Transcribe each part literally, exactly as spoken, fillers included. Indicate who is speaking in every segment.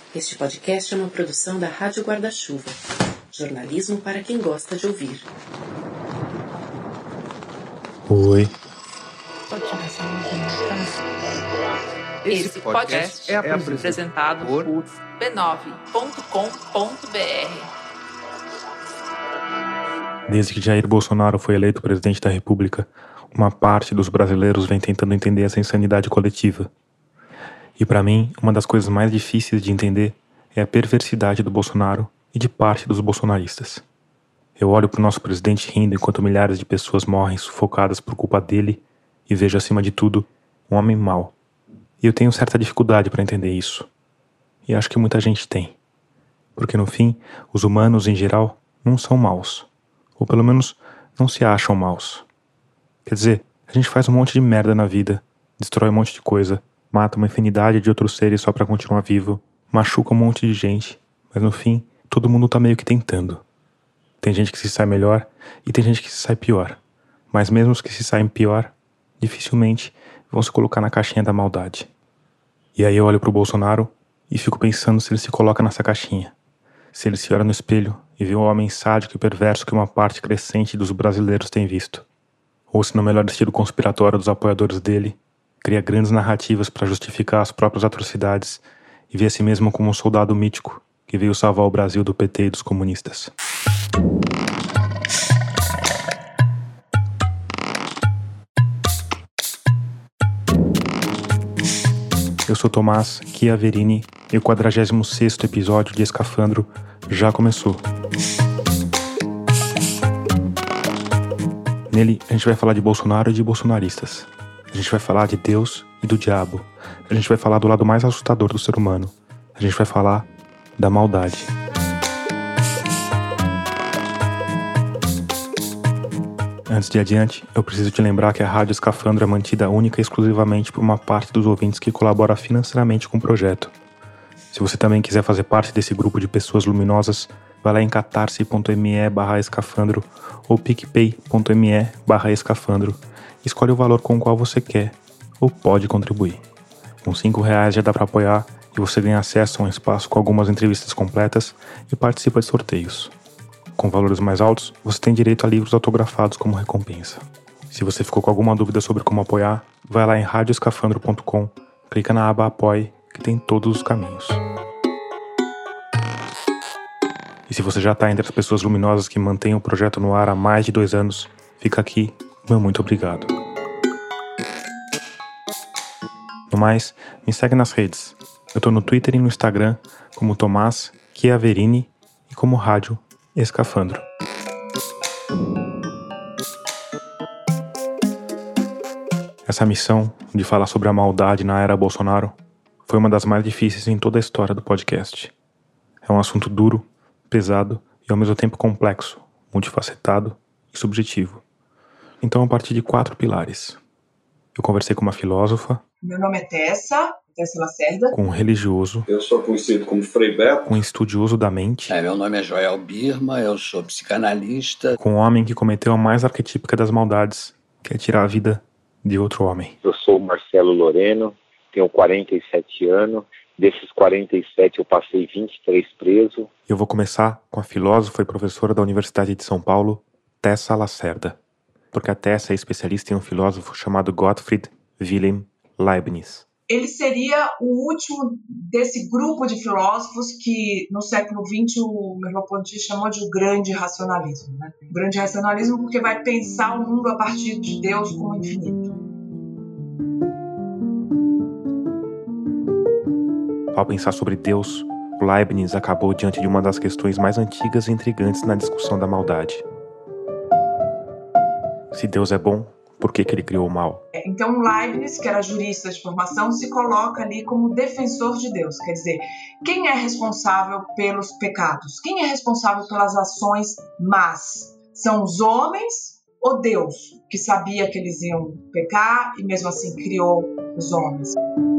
Speaker 1: Este podcast é uma produção da Rádio Guarda-Chuva. Jornalismo para quem gosta de ouvir.
Speaker 2: Oi.
Speaker 3: Esse podcast é apresentado por b nove ponto com ponto b r.
Speaker 2: Desde que Jair Bolsonaro foi eleito presidente da República, uma parte dos brasileiros vem tentando entender essa insanidade coletiva. E para mim, uma das coisas mais difíceis de entender é a perversidade do Bolsonaro e de parte dos bolsonaristas. Eu olho para o nosso presidente rindo enquanto milhares de pessoas morrem sufocadas por culpa dele e vejo, acima de tudo, um homem mau. E eu tenho certa dificuldade para entender isso. E acho que muita gente tem. Porque no fim, os humanos em geral não são maus. Ou pelo menos não se acham maus. Quer dizer, a gente faz um monte de merda na vida, destrói um monte de coisa, mata uma infinidade de outros seres só pra continuar vivo, machuca um monte de gente, mas no fim, todo mundo tá meio que tentando. Tem gente que se sai melhor e tem gente que se sai pior. Mas mesmo os que se saem pior, dificilmente vão se colocar na caixinha da maldade. E aí eu olho pro Bolsonaro e fico pensando se ele se coloca nessa caixinha. Se ele se olha no espelho e vê o homem sádico e perverso que uma parte crescente dos brasileiros tem visto. Ou se no melhor estilo conspiratório dos apoiadores dele, cria grandes narrativas para justificar as próprias atrocidades e vê a si mesmo como um soldado mítico que veio salvar o Brasil do P T e dos comunistas. Eu sou Tomás Chiaverini e o quadragésimo sexto episódio de Escafandro já começou. Nele, a gente vai falar de Bolsonaro e de bolsonaristas. A gente vai falar de Deus e do diabo. A gente vai falar do lado mais assustador do ser humano. A gente vai falar da maldade. Antes de adiante, eu preciso te lembrar que a Rádio Escafandro é mantida única e exclusivamente por uma parte dos ouvintes que colabora financeiramente com o projeto. Se você também quiser fazer parte desse grupo de pessoas luminosas, vai lá em catarse.me barra escafandro ou picpay.me barra escafandro e escolhe o valor com o qual você quer ou pode contribuir. Com cinco reais já dá para apoiar e você ganha acesso a um espaço com algumas entrevistas completas e participa de sorteios. Com valores mais altos, você tem direito a livros autografados como recompensa. Se você ficou com alguma dúvida sobre como apoiar, vai lá em rádio escafandro ponto com, clica na aba Apoie, que tem todos os caminhos. E se você já está entre as pessoas luminosas que mantêm o projeto no ar há mais de dois anos, fica aqui, meu muito obrigado. No mais, me segue nas redes. Eu tô no Twitter e no Instagram como Tomás Chiaverini e como Rádio Escafandro. Essa missão de falar sobre a maldade na era Bolsonaro foi uma das mais difíceis em toda a história do podcast. É um assunto duro, pesado e ao mesmo tempo complexo, multifacetado e subjetivo. Então, a partir de quatro pilares. Eu conversei com uma filósofa.
Speaker 4: Meu nome é Tessa, Tessa Lacerda.
Speaker 2: Com um religioso.
Speaker 5: Eu sou conhecido como Frei Beto.
Speaker 2: Com um estudioso da mente.
Speaker 6: É, meu nome é Joel Birma, eu sou psicanalista.
Speaker 2: Com um homem que cometeu a mais arquetípica das maldades, que é tirar a vida de outro homem.
Speaker 7: Eu sou Marcelo Loreno, tenho quarenta e sete anos. Desses quarenta e sete eu passei vinte e três preso.
Speaker 2: Eu vou começar com a filósofa e professora da Universidade de São Paulo, Tessa Lacerda. Porque a Tessa é especialista em um filósofo chamado Gottfried Wilhelm Leibniz.
Speaker 4: Ele seria o último desse grupo de filósofos que, no século vinte, o Merleau-Ponty chamou de o grande racionalismo. Né? O grande racionalismo porque vai pensar o mundo a partir de Deus como infinito.
Speaker 2: Ao pensar sobre Deus, o Leibniz acabou diante de uma das questões mais antigas e intrigantes na discussão da maldade. Se Deus é bom, por que que ele criou o mal?
Speaker 4: Então Leibniz, que era jurista de formação, se coloca ali como defensor de Deus. Quer dizer, quem é responsável pelos pecados? Quem é responsável pelas ações más? São os homens ou Deus, que sabia que eles iam pecar e mesmo assim criou os homens?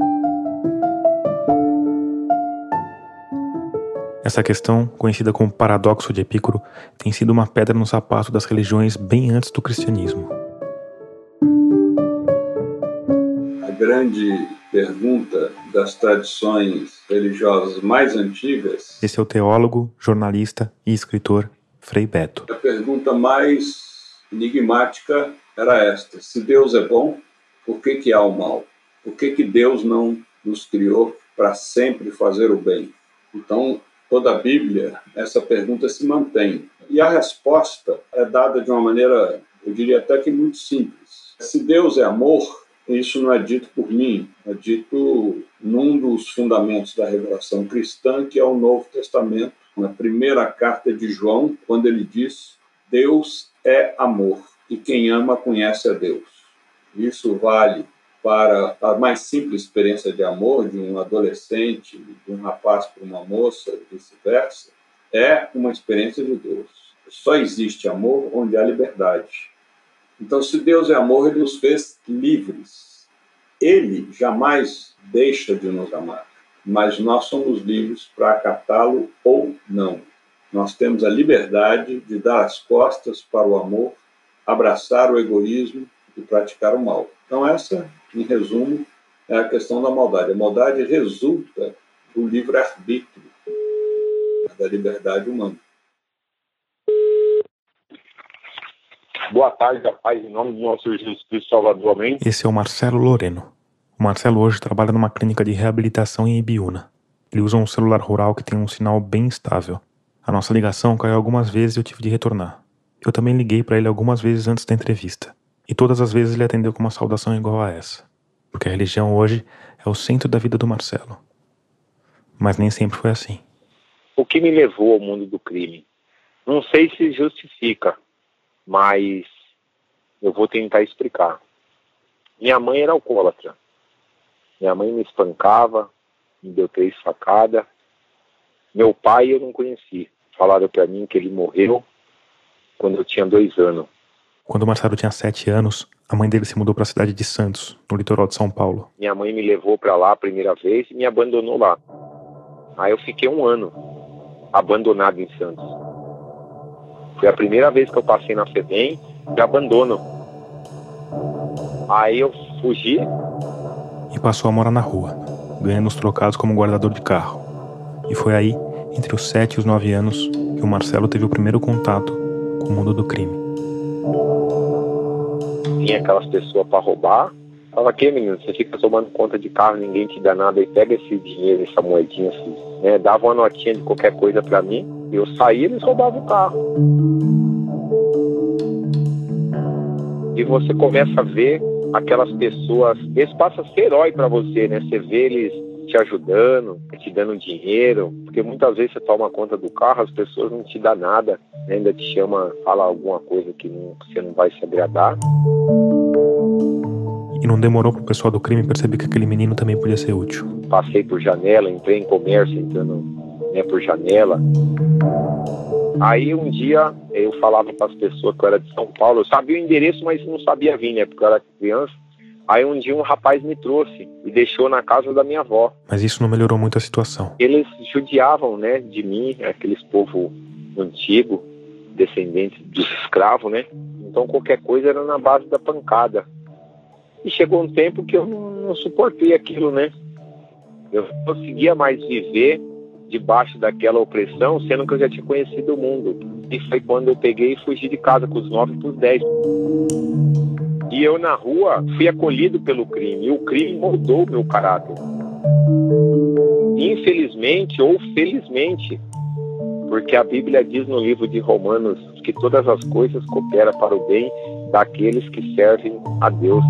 Speaker 2: Essa questão, conhecida como paradoxo de Epicuro, tem sido uma pedra no sapato das religiões bem antes do cristianismo.
Speaker 5: A grande pergunta da das tradições religiosas mais antigas.
Speaker 2: Esse é o teólogo, jornalista e escritor Frei Beto.
Speaker 5: A pergunta mais enigmática era esta: se Deus é bom, por que que há o mal? Por que que Deus não nos criou para sempre fazer o bem? Então, toda a Bíblia, essa pergunta se mantém. E a resposta é dada de uma maneira, eu diria até que muito simples. Se Deus é amor, isso não é dito por mim, é dito num dos fundamentos da revelação cristã, que é o Novo Testamento, na primeira carta de João, quando ele diz: Deus é amor, e quem ama conhece a Deus. Isso vale para a mais simples experiência de amor de um adolescente, de um rapaz para uma moça, vice-versa, é uma experiência de Deus. Só existe amor onde há liberdade. Então, se Deus é amor, Ele nos fez livres. Ele jamais deixa de nos amar, mas nós somos livres para acatá-lo ou não. Nós temos a liberdade de dar as costas para o amor, abraçar o egoísmo e praticar o mal. Então, essa, em resumo, é a questão da maldade. A maldade resulta do livre-arbítrio, da liberdade humana.
Speaker 7: Boa tarde, a paz em nome do nosso Jesus Cristo Salvador, amém.
Speaker 2: Esse é o Marcelo Loreno. O Marcelo hoje trabalha numa clínica de reabilitação em Ibiúna. Ele usa um celular rural que tem um sinal bem estável. A nossa ligação caiu algumas vezes e eu tive de retornar. Eu também liguei para ele algumas vezes antes da entrevista. E todas as vezes ele atendeu com uma saudação igual a essa. Porque a religião hoje é o centro da vida do Marcelo. Mas nem sempre foi assim.
Speaker 7: O que me levou ao mundo do crime? Não sei se justifica, mas eu vou tentar explicar. Minha mãe era alcoólatra. Minha mãe me espancava, me deu três facadas. Meu pai eu não conheci. Falaram para mim que ele morreu quando eu tinha dois anos.
Speaker 2: Quando o Marcelo tinha sete anos, a mãe dele se mudou para a cidade de Santos, no litoral de São Paulo.
Speaker 7: Minha mãe me levou para lá a primeira vez e me abandonou lá. Aí eu fiquei um ano abandonado em Santos. Foi a primeira vez que eu passei na FEBEM de abandono. Aí eu fugi.
Speaker 2: E passou a morar na rua, ganhando os trocados como guardador de carro. E foi aí, entre os sete e os nove anos, que o Marcelo teve o primeiro contato com o mundo do crime.
Speaker 7: Vinha aquelas pessoas para roubar. Fala, aqui, menino, você fica tomando conta de carro, ninguém te dá nada, e pega esse dinheiro, essa moedinha, assim, né? Dava uma notinha de qualquer coisa para mim, eu saía e eles roubavam o carro. E você começa a ver aquelas pessoas, eles passam a ser herói para você, né? Você vê eles te ajudando, te dando dinheiro, porque muitas vezes você toma conta do carro, as pessoas não te dão nada, né? Ainda te chama, fala alguma coisa que não, você não vai se agradar.
Speaker 2: E não demorou pro pessoal do crime perceber que aquele menino também podia ser útil.
Speaker 7: Passei por janela, entrei em comércio, entrando, né, por janela. Aí um dia eu falava para as pessoas que eu era de São Paulo, eu sabia o endereço, mas não sabia vir, né, porque eu era criança. Aí um dia um rapaz me trouxe e deixou na casa da minha avó.
Speaker 2: Mas isso não melhorou muito a situação.
Speaker 7: Eles judiavam, né, de mim, aqueles povo antigo, descendentes dos escravos, né? Então qualquer coisa era na base da pancada. E chegou um tempo que eu não, não suportei aquilo, né? Eu não conseguia mais viver debaixo daquela opressão, sendo que eu já tinha conhecido o mundo. E foi quando eu peguei e fugi de casa com os nove por dez. E eu na rua fui acolhido pelo crime. E o crime moldou o meu caráter. Infelizmente ou felizmente, porque a Bíblia diz no livro de Romanos que todas as coisas cooperam para o bem daqueles que servem a Deus.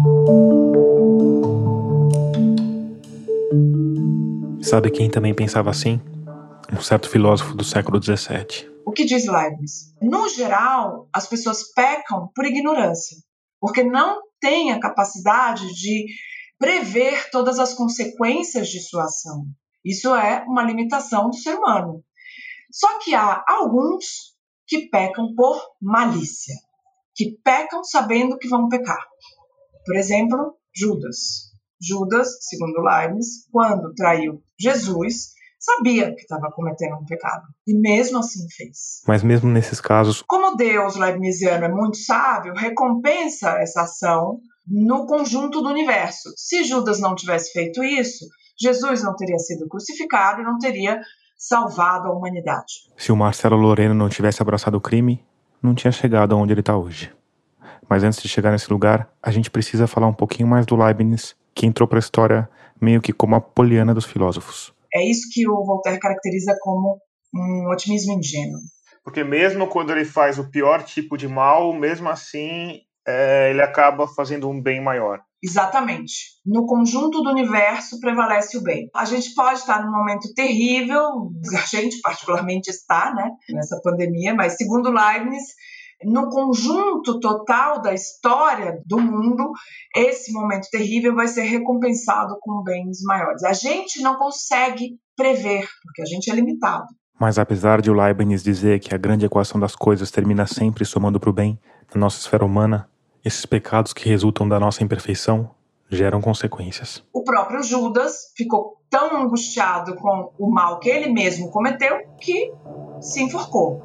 Speaker 2: Sabe quem também pensava assim? Um certo filósofo do século dezessete.
Speaker 4: O que diz Leibniz? No geral, as pessoas pecam por ignorância, porque não têm a capacidade de prever todas as consequências de sua ação. Isso é uma limitação do ser humano. Só que há alguns que pecam por malícia, que pecam sabendo que vão pecar. Por exemplo, Judas. Judas, segundo Leibniz, quando traiu Jesus, sabia que estava cometendo um pecado. E mesmo assim fez.
Speaker 2: Mas mesmo nesses casos...
Speaker 4: Como Deus leibniziano é muito sábio, recompensa essa ação no conjunto do universo. Se Judas não tivesse feito isso, Jesus não teria sido crucificado e não teria salvado a humanidade.
Speaker 2: Se o Marcelo Lorena não tivesse abraçado o crime, não tinha chegado aonde ele está hoje. Mas antes de chegar nesse lugar, a gente precisa falar um pouquinho mais do Leibniz, que entrou para a história meio que como a Poliana dos filósofos.
Speaker 4: É isso que o Voltaire caracteriza como um otimismo ingênuo.
Speaker 8: Porque mesmo quando ele faz o pior tipo de mal, mesmo assim, é, ele acaba fazendo um bem maior.
Speaker 4: Exatamente. No conjunto do universo prevalece o bem. A gente pode estar num momento terrível, a gente particularmente está, né, nessa pandemia, mas segundo Leibniz, no conjunto total da história do mundo, esse momento terrível vai ser recompensado com bens maiores. A gente não consegue prever, porque a gente é limitado.
Speaker 2: Mas apesar de o Leibniz dizer que a grande equação das coisas termina sempre somando para o bem, na nossa esfera humana, esses pecados que resultam da nossa imperfeição geram consequências.
Speaker 4: O próprio Judas ficou tão angustiado com o mal que ele mesmo cometeu que se enforcou.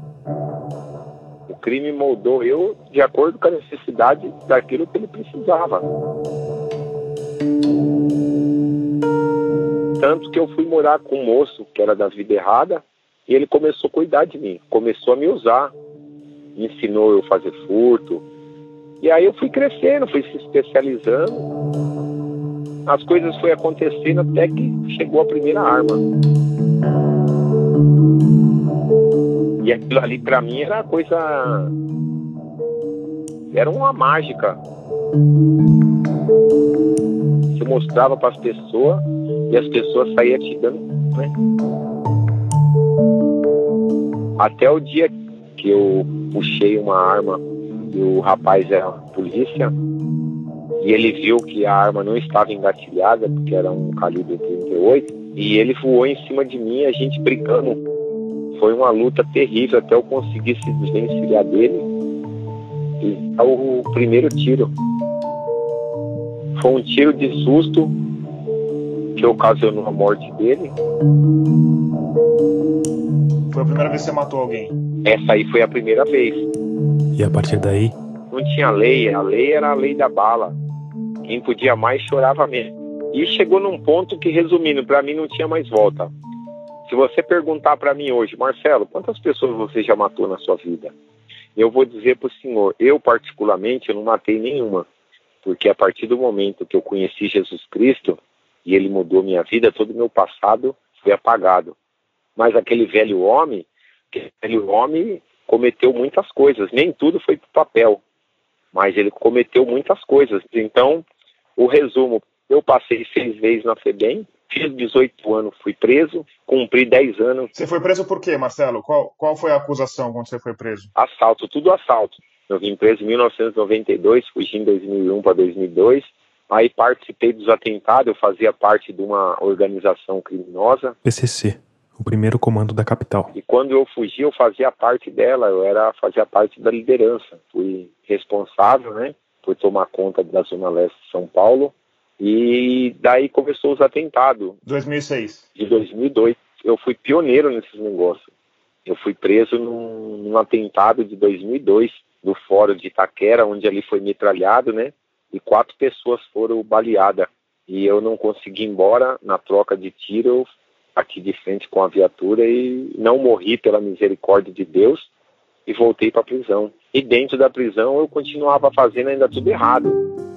Speaker 7: O crime moldou eu de acordo com a necessidade daquilo que ele precisava. Tanto que eu fui morar com um moço que era da vida errada e ele começou a cuidar de mim, começou a me usar, me ensinou eu a fazer furto. E aí eu fui crescendo, fui se especializando. As coisas foram acontecendo até que chegou a primeira arma. E aquilo ali pra mim era coisa... Era uma mágica. Você mostrava pras pessoas e as pessoas saíam te dando, né? Até o dia que eu puxei uma arma e o rapaz era polícia e ele viu que a arma não estava engatilhada porque era um calibre trinta e oito e ele voou em cima de mim, a gente brigando. Foi uma luta terrível até eu conseguir se desvencilhar dele e dar o primeiro tiro. Foi um tiro de susto que ocasionou a morte dele.
Speaker 8: Foi a primeira vez que você matou alguém?
Speaker 7: Essa aí foi a primeira vez.
Speaker 2: E a partir daí?
Speaker 7: Não tinha lei, a lei era a lei da bala. Quem podia mais chorava mesmo. E chegou num ponto que, resumindo, para mim não tinha mais volta. Se você perguntar para mim hoje, Marcelo, quantas pessoas você já matou na sua vida? Eu vou dizer para o senhor, eu particularmente, eu não matei nenhuma. Porque a partir do momento que eu conheci Jesus Cristo, e ele mudou minha vida, todo o meu passado foi apagado. Mas aquele velho homem, aquele velho homem cometeu muitas coisas, nem tudo foi pro papel, mas ele cometeu muitas coisas. Então, o resumo, eu passei seis vezes na FEBEM, fiz dezoito anos, fui preso, cumpri dez anos.
Speaker 8: Você foi preso por quê, Marcelo? Qual, qual foi a acusação quando você foi preso?
Speaker 7: Assalto, tudo assalto. Eu vim preso em mil novecentos e noventa e dois, fugi em dois mil e um para dois mil e dois, aí participei dos atentados, eu fazia parte de uma organização criminosa.
Speaker 2: P C C, o primeiro comando da capital.
Speaker 7: E quando eu fugi, eu fazia parte dela, eu era, fazia parte da liderança. Fui responsável, né, por tomar conta da Zona Leste de São Paulo. E daí começou os atentados.
Speaker 8: dois mil e seis.
Speaker 7: De dois mil e dois. Eu fui pioneiro nesses negócios. Eu fui preso num, num atentado de dois mil e dois, do Fórum de Itaquera, onde ali foi metralhado, né? E quatro pessoas foram baleadas. E eu não consegui ir embora na troca de tiro aqui de frente com a viatura e não morri pela misericórdia de Deus e voltei para a prisão. E dentro da prisão eu continuava fazendo ainda tudo errado.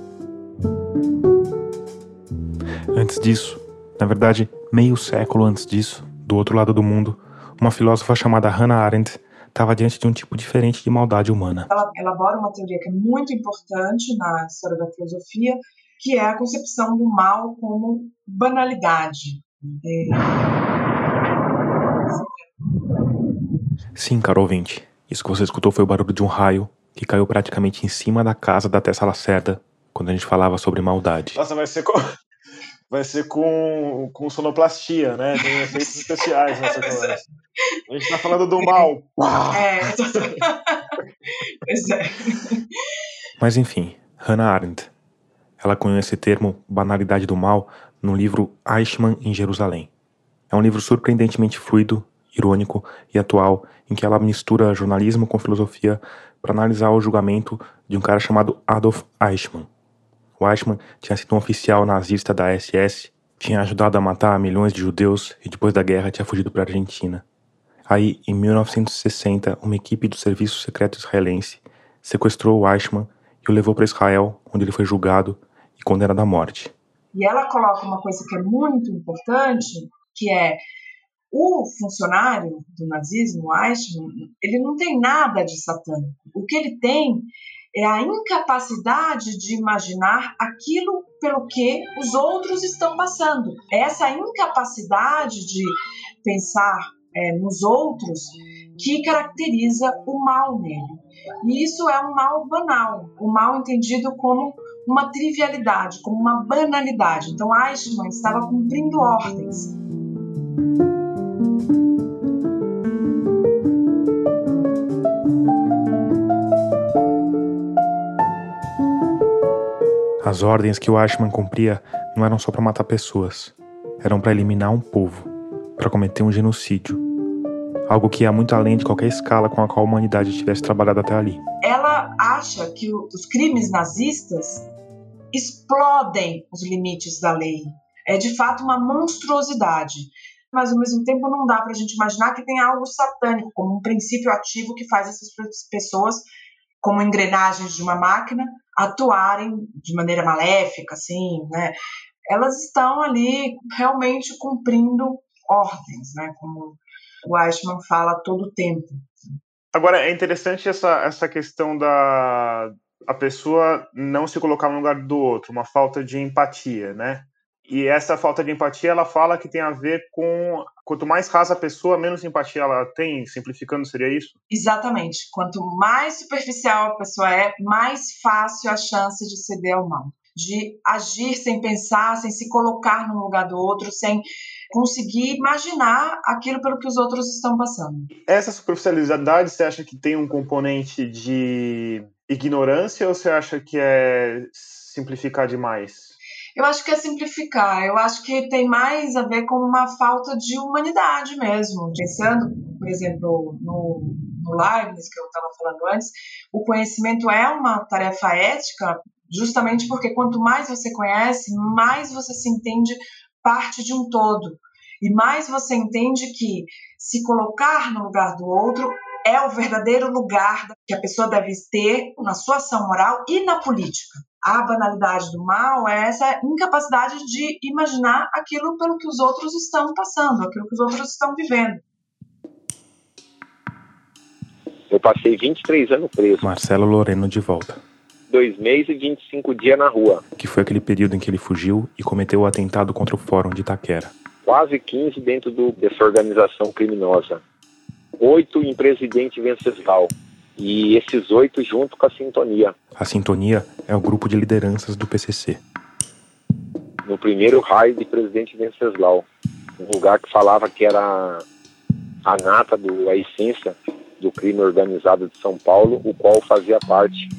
Speaker 2: Antes disso, na verdade, meio século antes disso, do outro lado do mundo, uma filósofa chamada Hannah Arendt estava diante de um tipo diferente de maldade humana.
Speaker 4: Ela elabora uma teoria que é muito importante na história da filosofia, que é a concepção do mal como banalidade. É...
Speaker 2: Sim, caro ouvinte, isso que você escutou foi o barulho de um raio que caiu praticamente em cima da casa da Tessa Lacerda, quando a gente falava sobre maldade.
Speaker 8: Nossa, vai ser com, vai ser com, com sonoplastia, né? Tem efeitos especiais nessa conversa. A gente tá falando do mal.
Speaker 4: É, pois é.
Speaker 2: Mas enfim, Hannah Arendt. Ela cunhou esse termo, banalidade do mal, no livro Eichmann em Jerusalém. É um livro surpreendentemente fluido, irônico e atual, em que ela mistura jornalismo com filosofia para analisar o julgamento de um cara chamado Adolf Eichmann. O Eichmann tinha sido um oficial nazista da S S Tinha ajudado a matar milhões de judeus e depois da guerra tinha fugido para a Argentina. Aí, em mil novecentos e sessenta, uma equipe do Serviço Secreto Israelense sequestrou o Eichmann e o levou para Israel, onde ele foi julgado e condenado à morte.
Speaker 4: E ela coloca uma coisa que é muito importante, que é o funcionário do nazismo, Eichmann, ele não tem nada de satânico. O que ele tem é a incapacidade de imaginar aquilo pelo que os outros estão passando. Essa incapacidade de pensar é, nos outros que caracteriza o mal nele. E isso é um mal banal, o mal entendido como uma trivialidade, como uma banalidade. Então Eichmann estava cumprindo ordens.
Speaker 2: As ordens que o Eichmann cumpria não eram só para matar pessoas, eram para eliminar um povo, para cometer um genocídio. Algo que ia muito além de qualquer escala com a qual a humanidade tivesse trabalhado até ali.
Speaker 4: Ela acha que os crimes nazistas explodem os limites da lei. É de fato uma monstruosidade. Mas ao mesmo tempo não dá para a gente imaginar que tem algo satânico, como um princípio ativo que faz essas pessoas, como engrenagens de uma máquina, atuarem de maneira maléfica, assim, né? Elas estão ali realmente cumprindo ordens, né? Como o Eichmann fala todo o tempo.
Speaker 8: Agora, é interessante essa, essa questão da a pessoa não se colocar no lugar do outro, uma falta de empatia, né? E essa falta de empatia, ela fala que tem a ver com quanto mais rasa a pessoa, menos empatia ela tem, simplificando, seria isso?
Speaker 4: Exatamente. Quanto mais superficial a pessoa é, mais fácil a chance de ceder ao mal. De agir sem pensar, sem se colocar no lugar do outro, sem conseguir imaginar aquilo pelo que os outros estão passando.
Speaker 8: Essa superficialidade, você acha que tem um componente de ignorância ou você acha que é simplificar demais?
Speaker 4: Eu acho que é simplificar, eu acho que tem mais a ver com uma falta de humanidade mesmo. Pensando, por exemplo, no, no Leibniz, que eu estava falando antes, o conhecimento é uma tarefa ética justamente porque quanto mais você conhece, mais você se entende parte de um todo. E mais você entende que se colocar no lugar do outro é o verdadeiro lugar que a pessoa deve ter na sua ação moral e na política. A banalidade do mal é essa incapacidade de imaginar aquilo pelo que os outros estão passando, aquilo que os outros estão vivendo.
Speaker 7: Eu passei vinte e três anos preso.
Speaker 2: Marcelo Loreno de volta.
Speaker 7: Dois meses e vinte e cinco dias na rua.
Speaker 2: Que foi aquele período em que ele fugiu e cometeu o atentado contra o Fórum de Itaquera.
Speaker 7: Quase quinze dentro do, dessa organização criminosa. Oito em Presidente Venceslau. E esses oito junto com a Sintonia.
Speaker 2: A Sintonia é o grupo de lideranças do P C C.
Speaker 7: No primeiro raio de Presidente Venceslau. Um lugar que falava que era a nata, do, a essência do crime organizado de São Paulo, o qual fazia parte.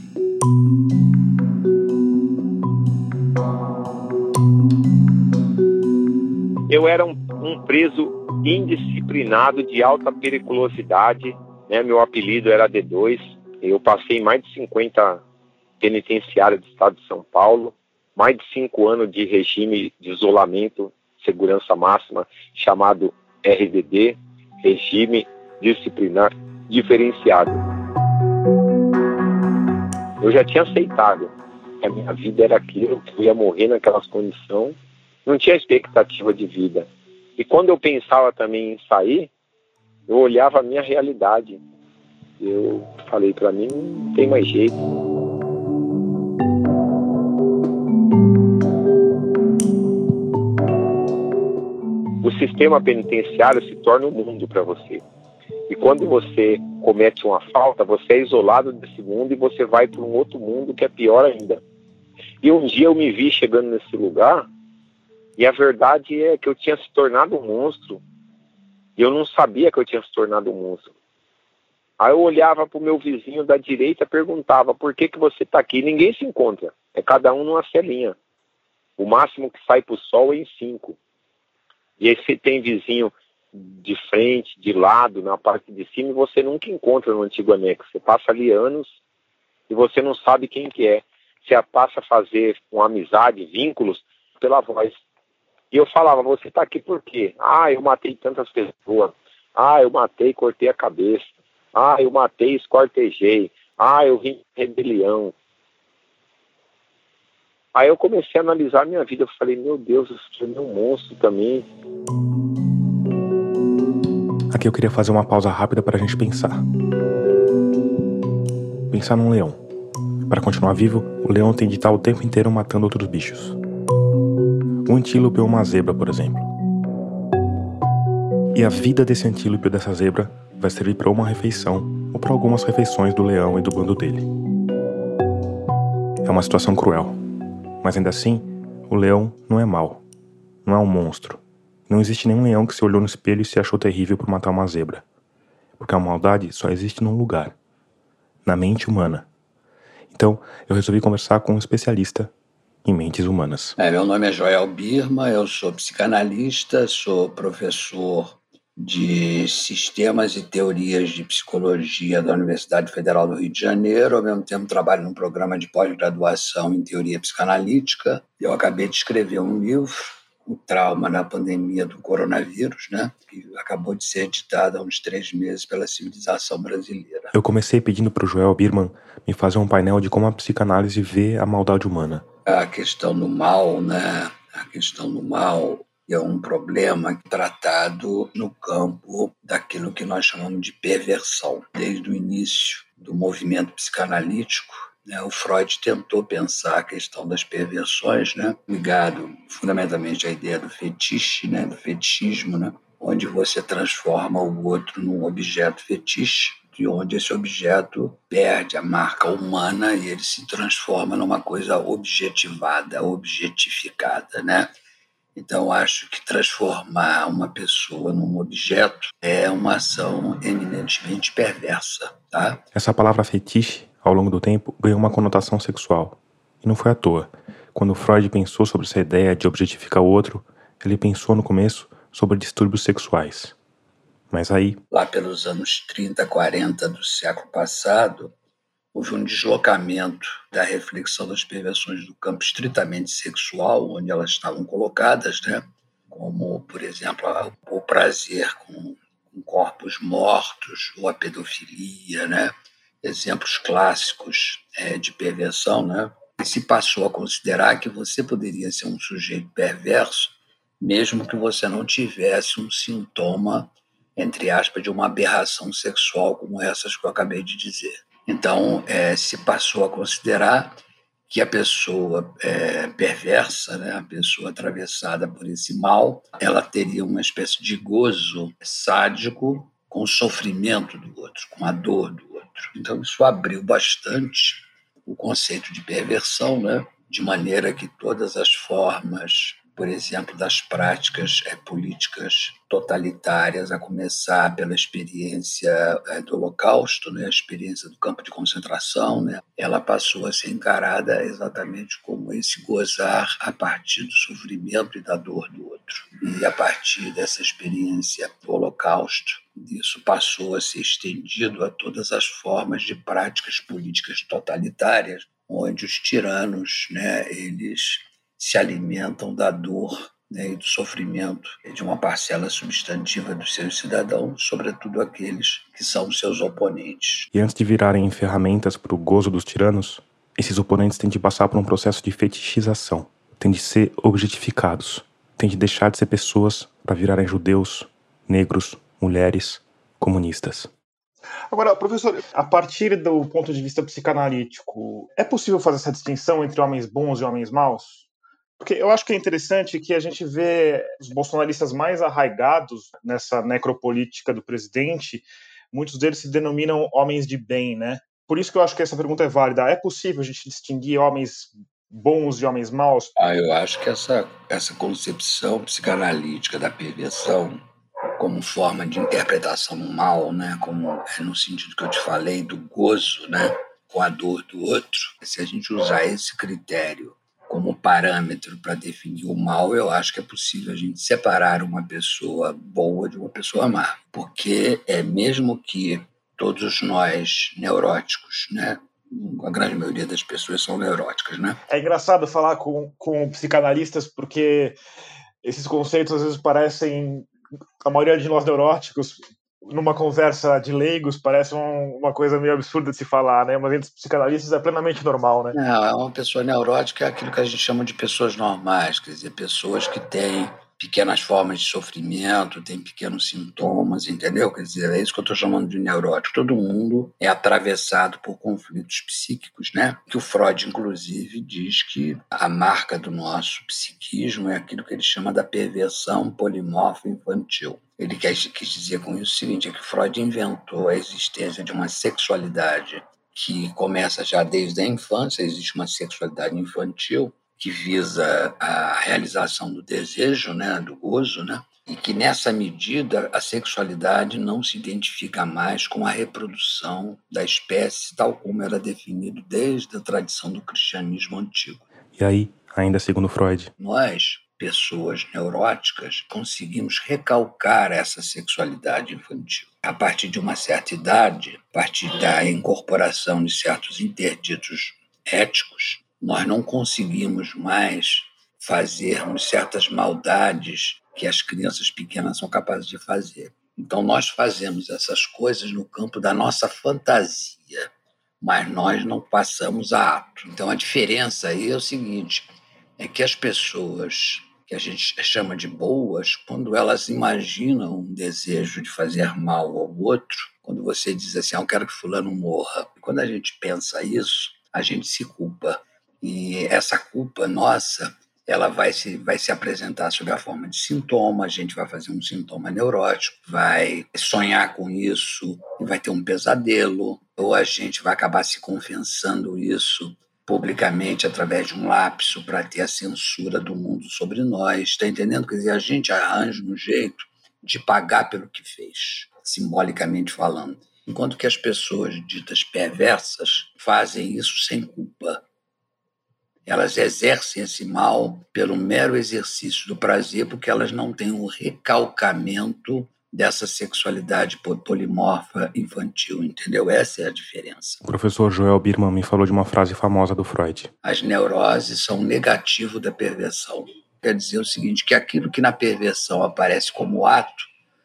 Speaker 7: Eu era um, um preso indisciplinado de alta periculosidade, né? Meu apelido era D dois. Eu passei mais de cinquenta penitenciários do estado de São Paulo, mais de cinco anos de regime de isolamento, segurança máxima, chamado R D D, Regime Disciplinar Diferenciado. Eu já tinha aceitado que a minha vida era aquilo, que eu ia morrer naquelas condições, não tinha expectativa de vida. E quando eu pensava também em sair, eu olhava a minha realidade. Eu falei, para mim não tem mais jeito. O sistema penitenciário se torna um mundo para você. E quando você comete uma falta, você é isolado desse mundo e você vai para um outro mundo que é pior ainda. E um dia eu me vi chegando nesse lugar e a verdade é que eu tinha se tornado um monstro e eu não sabia que eu tinha se tornado um monstro. Aí eu olhava para o meu vizinho da direita e perguntava, por que que você está aqui? Ninguém se encontra, é cada um numa celinha. O máximo que sai para o sol é em cinco. E aí você tem vizinho de frente, de lado, na parte de cima, e você nunca encontra no antigo anexo. Você passa ali anos e você não sabe quem que é. Você passa a fazer uma amizade, vínculos, pela voz. E eu falava, você tá aqui por quê? Ah, eu matei tantas pessoas. Ah, eu matei, cortei a cabeça. Ah, eu matei, esquartejei. Ah, eu vim em rebelião. Aí eu comecei a analisar a minha vida. Eu falei, meu Deus, eu sou um monstro também.
Speaker 2: Aqui eu queria fazer uma pausa rápida para a gente pensar. Pensar num leão. Para continuar vivo, o leão tem de estar o tempo inteiro matando outros bichos. Um antílope ou uma zebra, por exemplo. E a vida desse antílope ou dessa zebra vai servir para uma refeição ou para algumas refeições do leão e do bando dele. É uma situação cruel, mas ainda assim, o leão não é mau, não é um monstro. Não existe nenhum leão que se olhou no espelho e se achou terrível por matar uma zebra. Porque a maldade só existe num lugar, na mente humana. Então, eu resolvi conversar com um especialista em mentes humanas.
Speaker 6: É, meu nome é Joel Birma, eu sou psicanalista, sou professor de Sistemas e Teorias de Psicologia da Universidade Federal do Rio de Janeiro. Ao mesmo tempo, trabalho num programa de pós-graduação em Teoria Psicanalítica. Eu acabei de escrever um livro, O Trauma na Pandemia do Coronavírus, né, que acabou de ser editado há uns três meses pela Civilização Brasileira.
Speaker 2: Eu comecei pedindo para o Joel Birman me fazer um painel de como a psicanálise vê a maldade humana.
Speaker 6: A questão do mal, né, a questão do mal é um problema tratado no campo daquilo que nós chamamos de perversão. Desde o início do movimento psicanalítico, né, o Freud tentou pensar a questão das perversões, né, ligado fundamentalmente à ideia do fetiche, né, do fetichismo, né, onde você transforma o outro num objeto fetiche, e onde esse objeto perde a marca humana e ele se transforma numa coisa objetivada, objetificada, né? Então, acho que transformar uma pessoa num objeto é uma ação eminentemente perversa, tá?
Speaker 2: Essa palavra fetiche, ao longo do tempo, ganhou uma conotação sexual. E não foi à toa. Quando Freud pensou sobre essa ideia de objetificar o outro, ele pensou no começo sobre distúrbios sexuais. Mas aí...
Speaker 6: Lá pelos anos trinta, quarenta do século passado, houve um deslocamento da reflexão das perversões do campo estritamente sexual, onde elas estavam colocadas, né? Como, por exemplo, o prazer com, com corpos mortos, ou a pedofilia, né? Exemplos clássicos é, de perversão, né? E se passou a considerar que você poderia ser um sujeito perverso, mesmo que você não tivesse um sintoma, entre aspas, de uma aberração sexual como essas que eu acabei de dizer. Então, é, se passou a considerar que a pessoa é, perversa, né, a pessoa atravessada por esse mal, ela teria uma espécie de gozo sádico com o sofrimento do outro, com a dor do outro. Então, isso abriu bastante o conceito de perversão, né, de maneira que todas as formas, por exemplo, das práticas é, políticas totalitárias, a começar pela experiência é, do Holocausto, né, a experiência do campo de concentração, né, ela passou a ser encarada exatamente como esse gozar a partir do sofrimento e da dor do outro. E a partir dessa experiência do Holocausto, isso passou a ser estendido a todas as formas de práticas políticas totalitárias, onde os tiranos, né, eles se alimentam da dor, né, e do sofrimento de uma parcela substantiva dos seus cidadãos, sobretudo aqueles que são seus oponentes.
Speaker 2: E antes de virarem ferramentas para o gozo dos tiranos, esses oponentes têm de passar por um processo de fetichização, têm de ser objetificados, têm de deixar de ser pessoas para virarem judeus, negros, mulheres, comunistas.
Speaker 8: Agora, professor, a partir do ponto de vista psicanalítico, é possível fazer essa distinção entre homens bons e homens maus? Porque eu acho que é interessante que a gente vê os bolsonaristas mais arraigados nessa necropolítica do presidente, muitos deles se denominam homens de bem, né? Por isso que eu acho que essa pergunta é válida. É possível a gente distinguir homens bons e homens maus?
Speaker 6: Ah, eu acho que essa, essa concepção psicanalítica da perversão como forma de interpretação do mal, né? Como é no sentido que eu te falei, do gozo, né? Com a dor do outro. Se a gente usar esse critério como parâmetro para definir o mal, eu acho que é possível a gente separar uma pessoa boa de uma pessoa má. Porque é mesmo que todos nós neuróticos, né? A grande maioria das pessoas são neuróticas, né?
Speaker 8: É engraçado falar com, com psicanalistas porque esses conceitos às vezes parecem, a maioria de nós neuróticos, numa conversa de leigos, parece um, uma coisa meio absurda de se falar, né? Mas entre os psicanalistas é plenamente normal, né?
Speaker 6: Não, é uma pessoa neurótica, é aquilo que a gente chama de pessoas normais, quer dizer, pessoas que têm pequenas formas de sofrimento, têm pequenos sintomas, entendeu? Quer dizer, é isso que eu estou chamando de neurótico. Todo mundo é atravessado por conflitos psíquicos, né? Que o Freud, inclusive, diz que a marca do nosso psiquismo é aquilo que ele chama da perversão polimorfa infantil. Ele quis, quis dizer com isso o seguinte, é que Freud inventou a existência de uma sexualidade que começa já desde a infância, existe uma sexualidade infantil que visa a realização do desejo, né, do gozo, né, e que nessa medida a sexualidade não se identifica mais com a reprodução da espécie tal como era definido desde a tradição do cristianismo antigo.
Speaker 2: E aí, ainda segundo Freud,
Speaker 6: nós, pessoas neuróticas, conseguimos recalcar essa sexualidade infantil. A partir de uma certa idade, a partir da incorporação de certos interditos éticos, nós não conseguimos mais fazermos certas maldades que as crianças pequenas são capazes de fazer. Então, nós fazemos essas coisas no campo da nossa fantasia, mas nós não passamos a ato. Então, a diferença aí é o seguinte, é que as pessoas que a gente chama de boas, quando elas imaginam um desejo de fazer mal ao outro, quando você diz assim, ah, eu quero que fulano morra, quando a gente pensa isso, a gente se culpa. E essa culpa nossa, ela vai se, vai se apresentar sob a forma de sintoma, a gente vai fazer um sintoma neurótico, vai sonhar com isso, e vai ter um pesadelo, ou a gente vai acabar se confessando isso publicamente através de um lapso para ter a censura do mundo sobre nós, está entendendo? Quer dizer, a gente arranja um jeito de pagar pelo que fez, simbolicamente falando. Enquanto que as pessoas ditas perversas fazem isso sem culpa. Elas exercem esse mal pelo mero exercício do prazer, porque elas não têm um recalcamento dessa sexualidade polimorfa infantil, entendeu? Essa é a diferença.
Speaker 2: O professor Joel Birman me falou de uma frase famosa do Freud.
Speaker 6: As neuroses são o negativo da perversão. Quer dizer o seguinte, que aquilo que na perversão aparece como ato,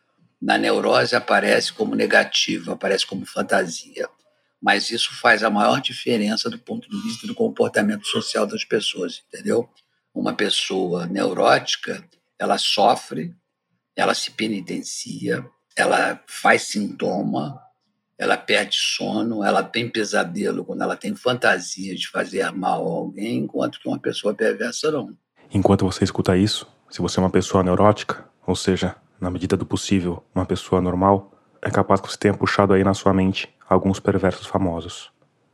Speaker 6: na neurose aparece como negativo, aparece como fantasia. Mas isso faz a maior diferença do ponto de vista do comportamento social das pessoas, entendeu? Uma pessoa neurótica, ela sofre, ela se penitencia, ela faz sintoma, ela perde sono, ela tem pesadelo quando ela tem fantasia de fazer mal a alguém, enquanto que uma pessoa perversa não.
Speaker 2: Enquanto você escuta isso, se você é uma pessoa neurótica, ou seja, na medida do possível, uma pessoa normal, é capaz que você tenha puxado aí na sua mente alguns perversos famosos.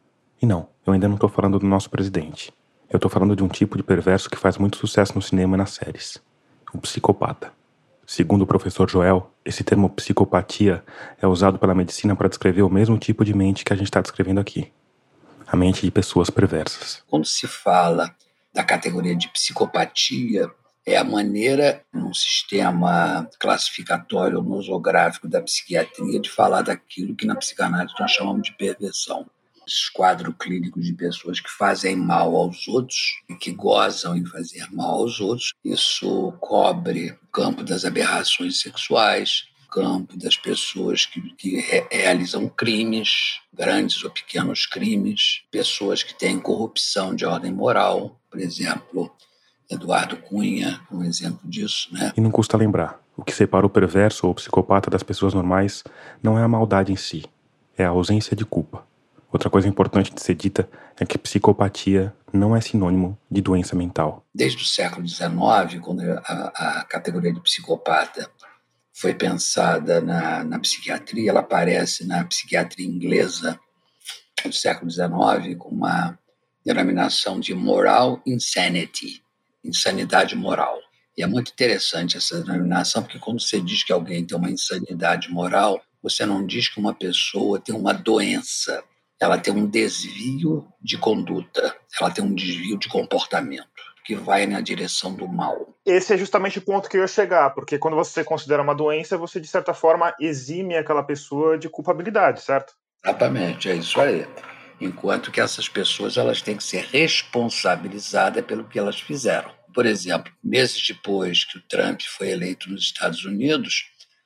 Speaker 2: E não, eu ainda não estou falando do nosso presidente. Eu estou falando de um tipo de perverso que faz muito sucesso no cinema e nas séries. O psicopata. Segundo o professor Joel, esse termo psicopatia é usado pela medicina para descrever o mesmo tipo de mente que a gente está descrevendo aqui. A mente de pessoas perversas.
Speaker 6: Quando se fala da categoria de psicopatia, é a maneira, num sistema classificatório nosográfico da psiquiatria, de falar daquilo que na psicanálise nós chamamos de perversão. Esse quadro clínico de pessoas que fazem mal aos outros e que gozam em fazer mal aos outros, isso cobre o campo das aberrações sexuais, o campo das pessoas que, que re- realizam crimes, grandes ou pequenos crimes, pessoas que têm corrupção de ordem moral, por exemplo, Eduardo Cunha, um exemplo disso, né?
Speaker 2: E não custa lembrar, o que separa o perverso ou o psicopata das pessoas normais não é a maldade em si, é a ausência de culpa. Outra coisa importante de ser dita é que psicopatia não é sinônimo de doença mental.
Speaker 6: Desde o século dezenove, quando a, a categoria de psicopata foi pensada na, na psiquiatria, ela aparece na psiquiatria inglesa do século dezenove com uma denominação de moral insanity, insanidade moral. E é muito interessante essa denominação, porque quando você diz que alguém tem uma insanidade moral, você não diz que uma pessoa tem uma doença, ela tem um desvio de conduta, ela tem um desvio de comportamento que vai na direção do mal.
Speaker 8: Esse é justamente o ponto que eu ia chegar, porque quando você considera uma doença, você, de certa forma, exime aquela pessoa de culpabilidade, certo?
Speaker 6: Exatamente, é isso aí. Enquanto que essas pessoas elas têm que ser responsabilizadas pelo que elas fizeram. Por exemplo, meses depois que o Trump foi eleito nos Estados Unidos,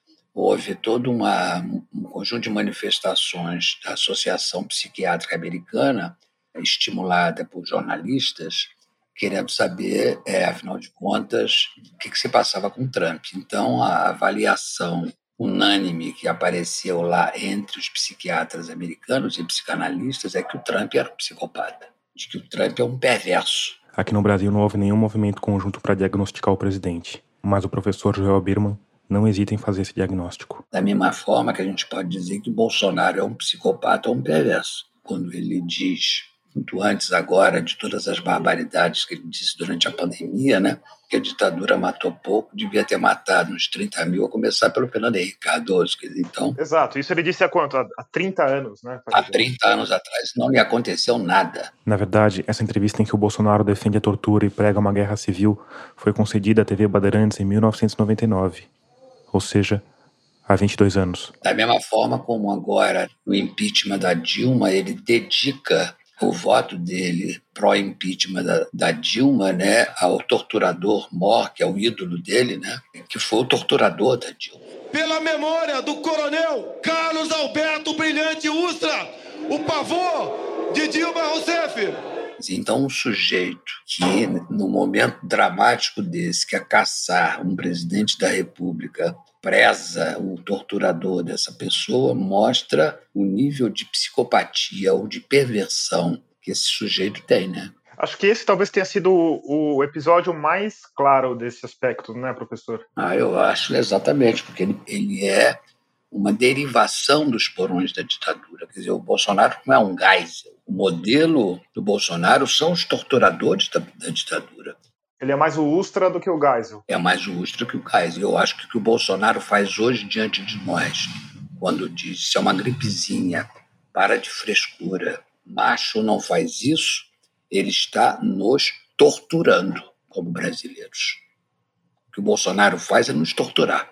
Speaker 6: houve todo uma, um conjunto de manifestações da Associação Psiquiátrica Americana, estimulada por jornalistas, querendo saber, é, afinal de contas, o que, que se passava com o Trump. Então, a avaliação unânime que apareceu lá entre os psiquiatras americanos e psicanalistas é que o Trump era um psicopata, de que o Trump é um perverso.
Speaker 2: Aqui no Brasil não houve nenhum movimento conjunto para diagnosticar o presidente, mas o professor Joel Birman não hesita em fazer esse diagnóstico.
Speaker 6: Da mesma forma que a gente pode dizer que o Bolsonaro é um psicopata ou um perverso, quando ele diz, muito antes agora de todas as barbaridades que ele disse durante a pandemia, né, que a ditadura matou pouco, devia ter matado uns trinta mil, a começar pelo Fernando Henrique Cardoso. Então,
Speaker 8: exato, isso ele disse há quanto? Há trinta anos, né?
Speaker 6: Há trinta anos atrás não lhe aconteceu nada.
Speaker 2: Na verdade, essa entrevista em que o Bolsonaro defende a tortura e prega uma guerra civil foi concedida à T V Bandeirantes em mil novecentos e noventa e nove, ou seja, há vinte e dois anos.
Speaker 6: Da mesma forma como agora, no impeachment da Dilma, ele dedica o voto dele pró-impeachment da, da Dilma, né, ao torturador Mor, que é o ídolo dele, né, que foi o torturador da Dilma.
Speaker 9: Pela memória do coronel Carlos Alberto Brilhante Ustra, o pavor de Dilma Rousseff.
Speaker 6: Então, um sujeito que, no momento dramático desse, quer caçar um presidente da República, preza o torturador dessa pessoa, mostra o nível de psicopatia ou de perversão que esse sujeito tem, né?
Speaker 8: Acho que esse talvez tenha sido o, o episódio mais claro desse aspecto, né, professor?
Speaker 6: Ah, eu acho exatamente, porque ele, ele é uma derivação dos porões da ditadura. Quer dizer, o Bolsonaro não é um Geisel. O modelo do Bolsonaro são os torturadores da, da ditadura.
Speaker 8: Ele é mais o Ustra do que o Geisel.
Speaker 6: É mais o Ustra que o Geisel. Eu acho que o que o Bolsonaro faz hoje diante de nós, quando diz isso é uma gripezinha, para de frescura, macho não faz isso, ele está nos torturando como brasileiros. O que o Bolsonaro faz é nos torturar,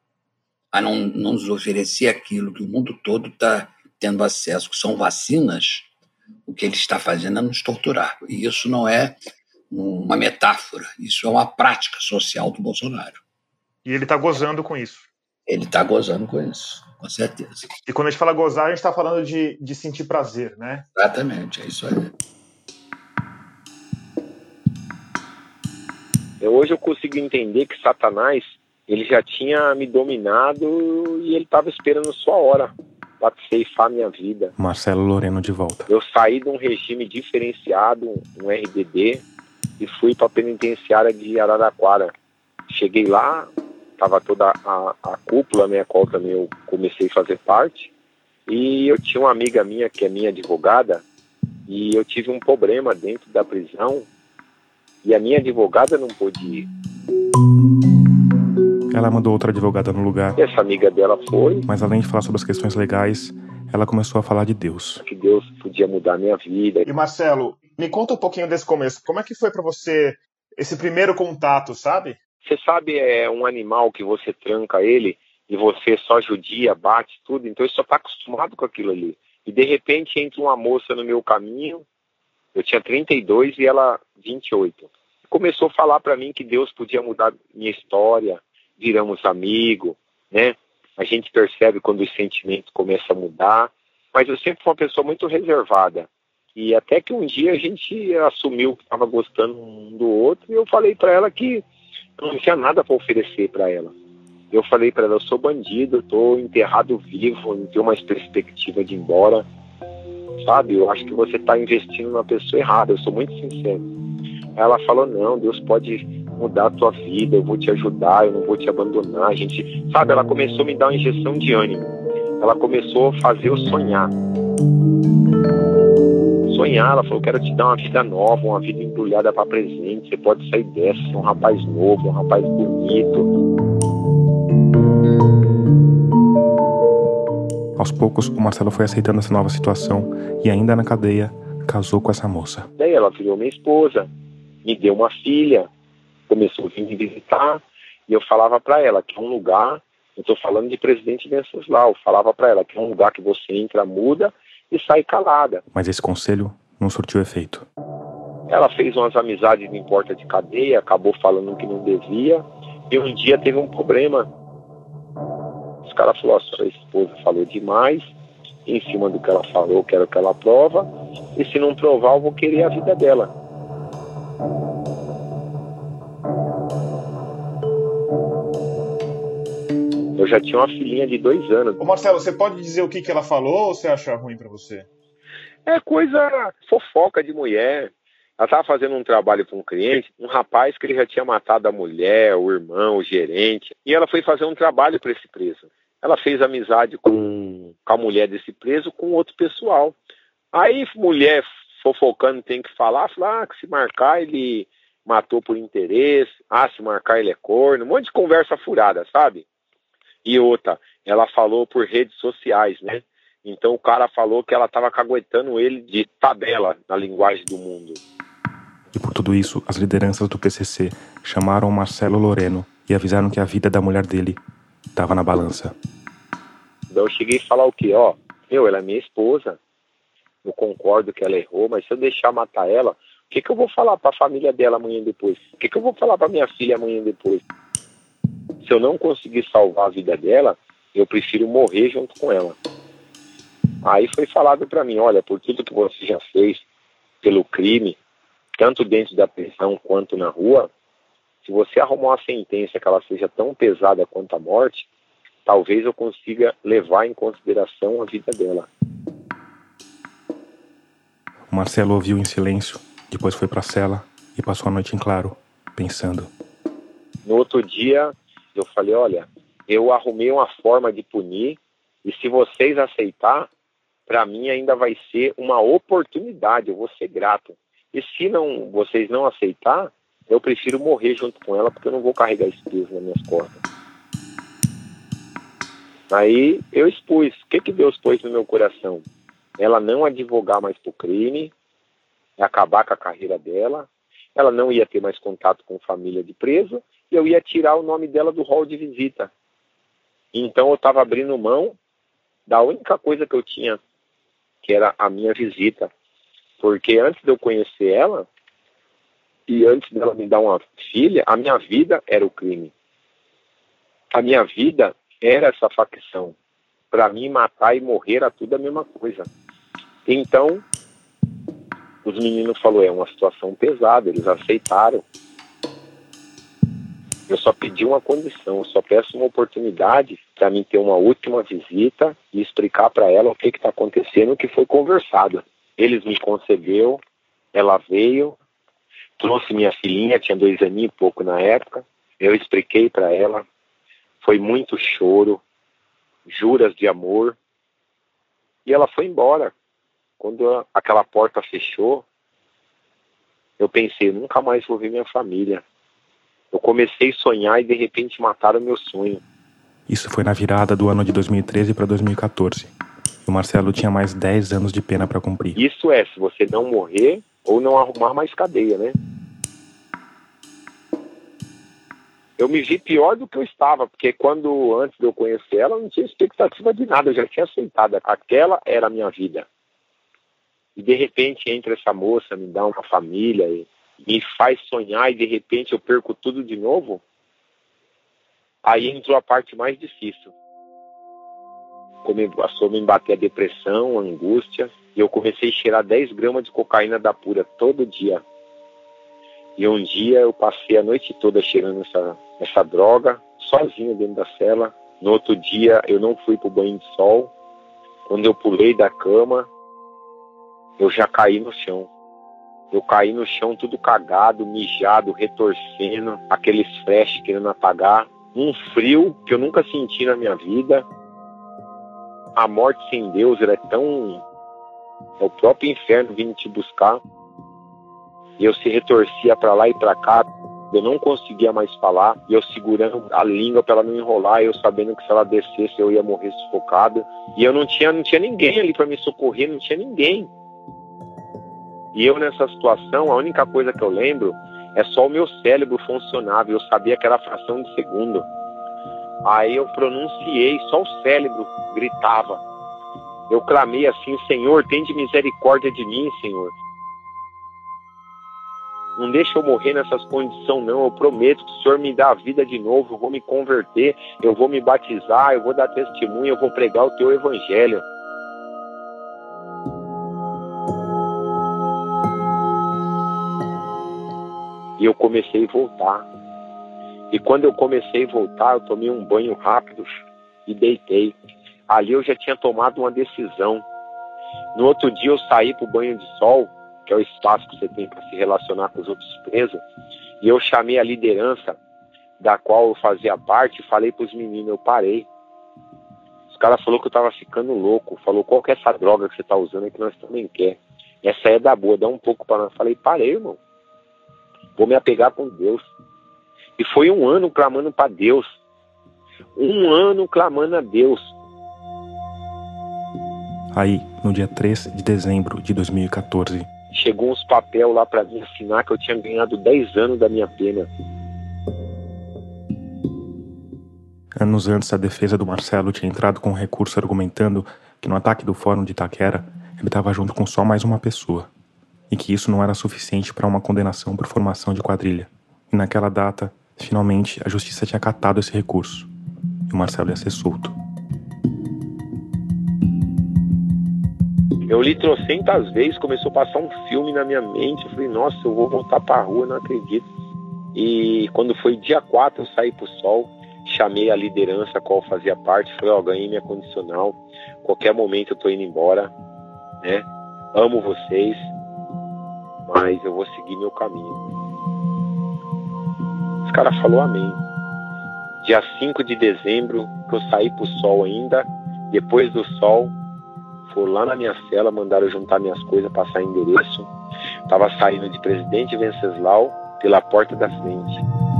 Speaker 6: a não, não nos oferecer aquilo que o mundo todo está tendo acesso, que são vacinas. O que ele está fazendo é nos torturar. E isso não é uma metáfora, isso é uma prática social do Bolsonaro.
Speaker 8: E ele está gozando com isso.
Speaker 6: Ele está gozando com isso, com certeza.
Speaker 8: E quando a gente fala gozar, a gente está falando de, de sentir prazer, né?
Speaker 6: Exatamente, é isso aí.
Speaker 7: Hoje eu consigo entender que Satanás, ele já tinha me dominado e ele estava esperando sua hora para ceifar minha vida.
Speaker 2: Marcelo Loreno de volta.
Speaker 7: Eu saí de um regime diferenciado, um R D D, e fui para a penitenciária de Araraquara. Cheguei lá, estava toda a, a cúpula, né, a qual também eu comecei a fazer parte, e eu tinha uma amiga minha, que é minha advogada, e eu tive um problema dentro da prisão, e a minha advogada não pôde ir.
Speaker 2: Ela mandou outra advogada no lugar.
Speaker 7: Essa amiga dela foi.
Speaker 2: Mas além de falar sobre as questões legais, ela começou a falar de Deus.
Speaker 7: Que Deus podia mudar a minha vida.
Speaker 8: E Marcelo, me conta um pouquinho desse começo. Como é que foi para você esse primeiro contato, sabe?
Speaker 7: Você sabe, é um animal que você tranca ele e você só judia, bate, tudo. Então ele só está acostumado com aquilo ali. E de repente entra uma moça no meu caminho. Eu tinha trinta e dois e ela vinte e oito. Começou a falar para mim que Deus podia mudar minha história. Viramos amigos, né? A gente percebe quando os sentimentos começam a mudar. Mas eu sempre fui uma pessoa muito reservada. E até que um dia a gente assumiu que estava gostando um do outro. E eu falei para ela que eu não tinha nada para oferecer para ela. Eu falei para ela, eu sou bandido, eu estou enterrado vivo, não tenho mais perspectiva de ir embora. Sabe, eu acho que você está investindo na pessoa errada, eu sou muito sincero. Ela falou, não, Deus pode mudar a tua vida, eu vou te ajudar, eu não vou te abandonar. A gente, sabe, ela começou a me dar uma injeção de ânimo. Ela começou a fazer eu sonhar. Sonhar, ela falou, quero te dar uma vida nova, uma vida embrulhada para presente, você pode sair dessa, ser um rapaz novo, um rapaz bonito.
Speaker 2: Aos poucos, o Marcelo foi aceitando essa nova situação e ainda na cadeia, casou com essa moça.
Speaker 7: Daí ela virou minha esposa, me deu uma filha, começou a vir me visitar e eu falava para ela que é um lugar, eu estou falando de Presidente Venceslau, eu falava para ela que é um lugar que você entra, muda e sai calada.
Speaker 2: Mas esse conselho não surtiu efeito.
Speaker 7: Ela fez umas amizades em porta de cadeia, acabou falando que não devia, e um dia teve um problema. Os caras falaram, a sua esposa falou demais, em cima do que ela falou, eu quero que ela prova, e se não provar, eu vou querer a vida dela. Eu já tinha uma filhinha de dois anos.
Speaker 8: Ô Marcelo, você pode dizer o que, que ela falou ou você acha ruim pra você?
Speaker 7: É coisa fofoca de mulher. Ela estava fazendo um trabalho para um cliente, um rapaz que ele já tinha matado a mulher, o irmão, o gerente, e ela foi fazer um trabalho para esse preso. Ela fez amizade com, com a mulher desse preso, com outro pessoal. Aí mulher fofocando tem que falar, falar ah, que se marcar ele matou por interesse, ah, se marcar ele é corno, um monte de conversa furada, sabe? E outra, ela falou por redes sociais, né? Então o cara falou que ela estava caguetando ele de tabela na linguagem do mundo.
Speaker 2: E por tudo isso, as lideranças do P C C chamaram Marcelo Loreno e avisaram que a vida da mulher dele estava na balança.
Speaker 7: Então eu cheguei a falar o quê? Ó, meu, ela é minha esposa, eu concordo que ela errou, mas se eu deixar matar ela, o que, que eu vou falar para a família dela amanhã depois? O que, que eu vou falar para minha filha amanhã depois? Se eu não conseguir salvar a vida dela, eu prefiro morrer junto com ela. Aí foi falado para mim, olha, por tudo que você já fez pelo crime, tanto dentro da prisão quanto na rua, se você arrumar uma sentença que ela seja tão pesada quanto a morte, talvez eu consiga levar em consideração a vida dela.
Speaker 2: O Marcelo ouviu em silêncio, depois foi para a cela e passou a noite em claro, pensando.
Speaker 7: No outro dia, eu falei, olha, eu arrumei uma forma de punir e se vocês aceitar, para mim ainda vai ser uma oportunidade, eu vou ser grato. E se não, vocês não aceitar, eu prefiro morrer junto com ela, porque eu não vou carregar esse peso nas minhas costas. Aí eu expus. O que, que Deus pôs no meu coração? Ela não advogar mais pro crime, acabar com a carreira dela, ela não ia ter mais contato com família de preso, e eu ia tirar o nome dela do rol de visita. Então eu estava abrindo mão da única coisa que eu tinha, que era a minha visita. Porque antes de eu conhecer ela, e antes dela me dar uma filha, a minha vida era o crime. A minha vida era essa facção. Para mim, matar e morrer era tudo a mesma coisa. Então, os meninos falaram, é uma situação pesada, eles aceitaram. Eu só pedi uma condição, eu só peço uma oportunidade para mim ter uma última visita e explicar para ela o que está acontecendo, o que foi conversado. Eles me concedeu, ela veio, trouxe minha filhinha, tinha dois aninhos e pouco na época, eu expliquei para ela, foi muito choro, juras de amor, e ela foi embora. Quando aquela porta fechou, eu pensei, nunca mais vou ver minha família. Eu comecei a sonhar e de repente mataram o meu sonho.
Speaker 2: Isso foi na virada do ano de dois mil e treze para dois mil e quatorze. O Marcelo tinha mais dez anos de pena para cumprir.
Speaker 7: Isso é, se você não morrer ou não arrumar mais cadeia, né? Eu me vi pior do que eu estava, porque quando, antes de eu conhecer ela, eu não tinha expectativa de nada, eu já tinha aceitado. Aquela era a minha vida. E de repente entra essa moça, me dá uma família, e me faz sonhar e de repente eu perco tudo de novo. Aí entrou a parte mais difícil. Começou a me bater a depressão, a angústia, e eu comecei a cheirar dez gramas de cocaína da pura todo dia. E um dia eu passei a noite toda cheirando essa, essa droga, sozinho dentro da cela. No outro dia eu não fui pro banho de sol. Quando eu pulei da cama, eu já caí no chão. Eu caí no chão tudo cagado, mijado, retorcendo, aqueles flash querendo apagar. Um frio que eu nunca senti na minha vida. A morte sem Deus, ela é tão... É o próprio inferno vindo te buscar. E eu se retorcia para lá e para cá. Eu não conseguia mais falar. E eu segurando a língua para ela não enrolar. Eu sabendo que se ela descesse eu ia morrer sufocado. E eu não tinha, não tinha ninguém ali para me socorrer. Não tinha ninguém. E eu nessa situação, a única coisa que eu lembro é só o meu cérebro funcionava. Eu sabia que era fração de segundo. Aí eu pronunciei, só o cérebro gritava. Eu clamei assim, Senhor, tem de misericórdia de mim, Senhor. Não deixa eu morrer nessas condições, não. Eu prometo que o Senhor me dá a vida de novo. Eu vou me converter, eu vou me batizar, eu vou dar testemunho, eu vou pregar o teu evangelho. E eu comecei a voltar. E quando eu comecei a voltar, eu tomei um banho rápido e deitei. Ali eu já tinha tomado uma decisão. No outro dia eu saí para o banho de sol, que é o espaço que você tem para se relacionar com os outros presos, e eu chamei a liderança da qual eu fazia parte e falei para os meninos, eu parei. Os caras falaram que eu estava ficando louco, falou, qual que é essa droga que você está usando aí que nós também quer? Essa é da boa, dá um pouco para nós. Eu falei, parei, irmão. Vou me apegar com Deus. E foi um ano clamando para Deus. Um ano clamando a Deus.
Speaker 2: Aí, no dia três de dezembro de dois mil e quatorze...
Speaker 7: chegou uns papel lá para mim assinar que eu tinha ganhado dez anos da minha pena.
Speaker 2: Anos antes, a defesa do Marcelo tinha entrado com um recurso argumentando que no ataque do Fórum de Itaquera, ele estava junto com só mais uma pessoa. E que isso não era suficiente para uma condenação por formação de quadrilha. E naquela data, finalmente, a justiça tinha acatado esse recurso. E o Marcelo ia ser solto.
Speaker 7: Eu li trocentas vezes, começou a passar um filme na minha mente. Eu falei, nossa, eu vou voltar pra rua, não acredito. E quando foi dia quatro, eu saí pro sol, chamei a liderança a qual eu fazia parte, falei, ó, ganhei minha condicional, qualquer momento eu tô indo embora, né? Amo vocês, mas eu vou seguir meu caminho. Os caras falaram amém. Dia cinco de dezembro, que eu saí pro sol ainda, depois do sol, foram lá na minha cela, mandaram juntar minhas coisas, passar endereço. Tava saindo de Presidente Venceslau pela porta da frente.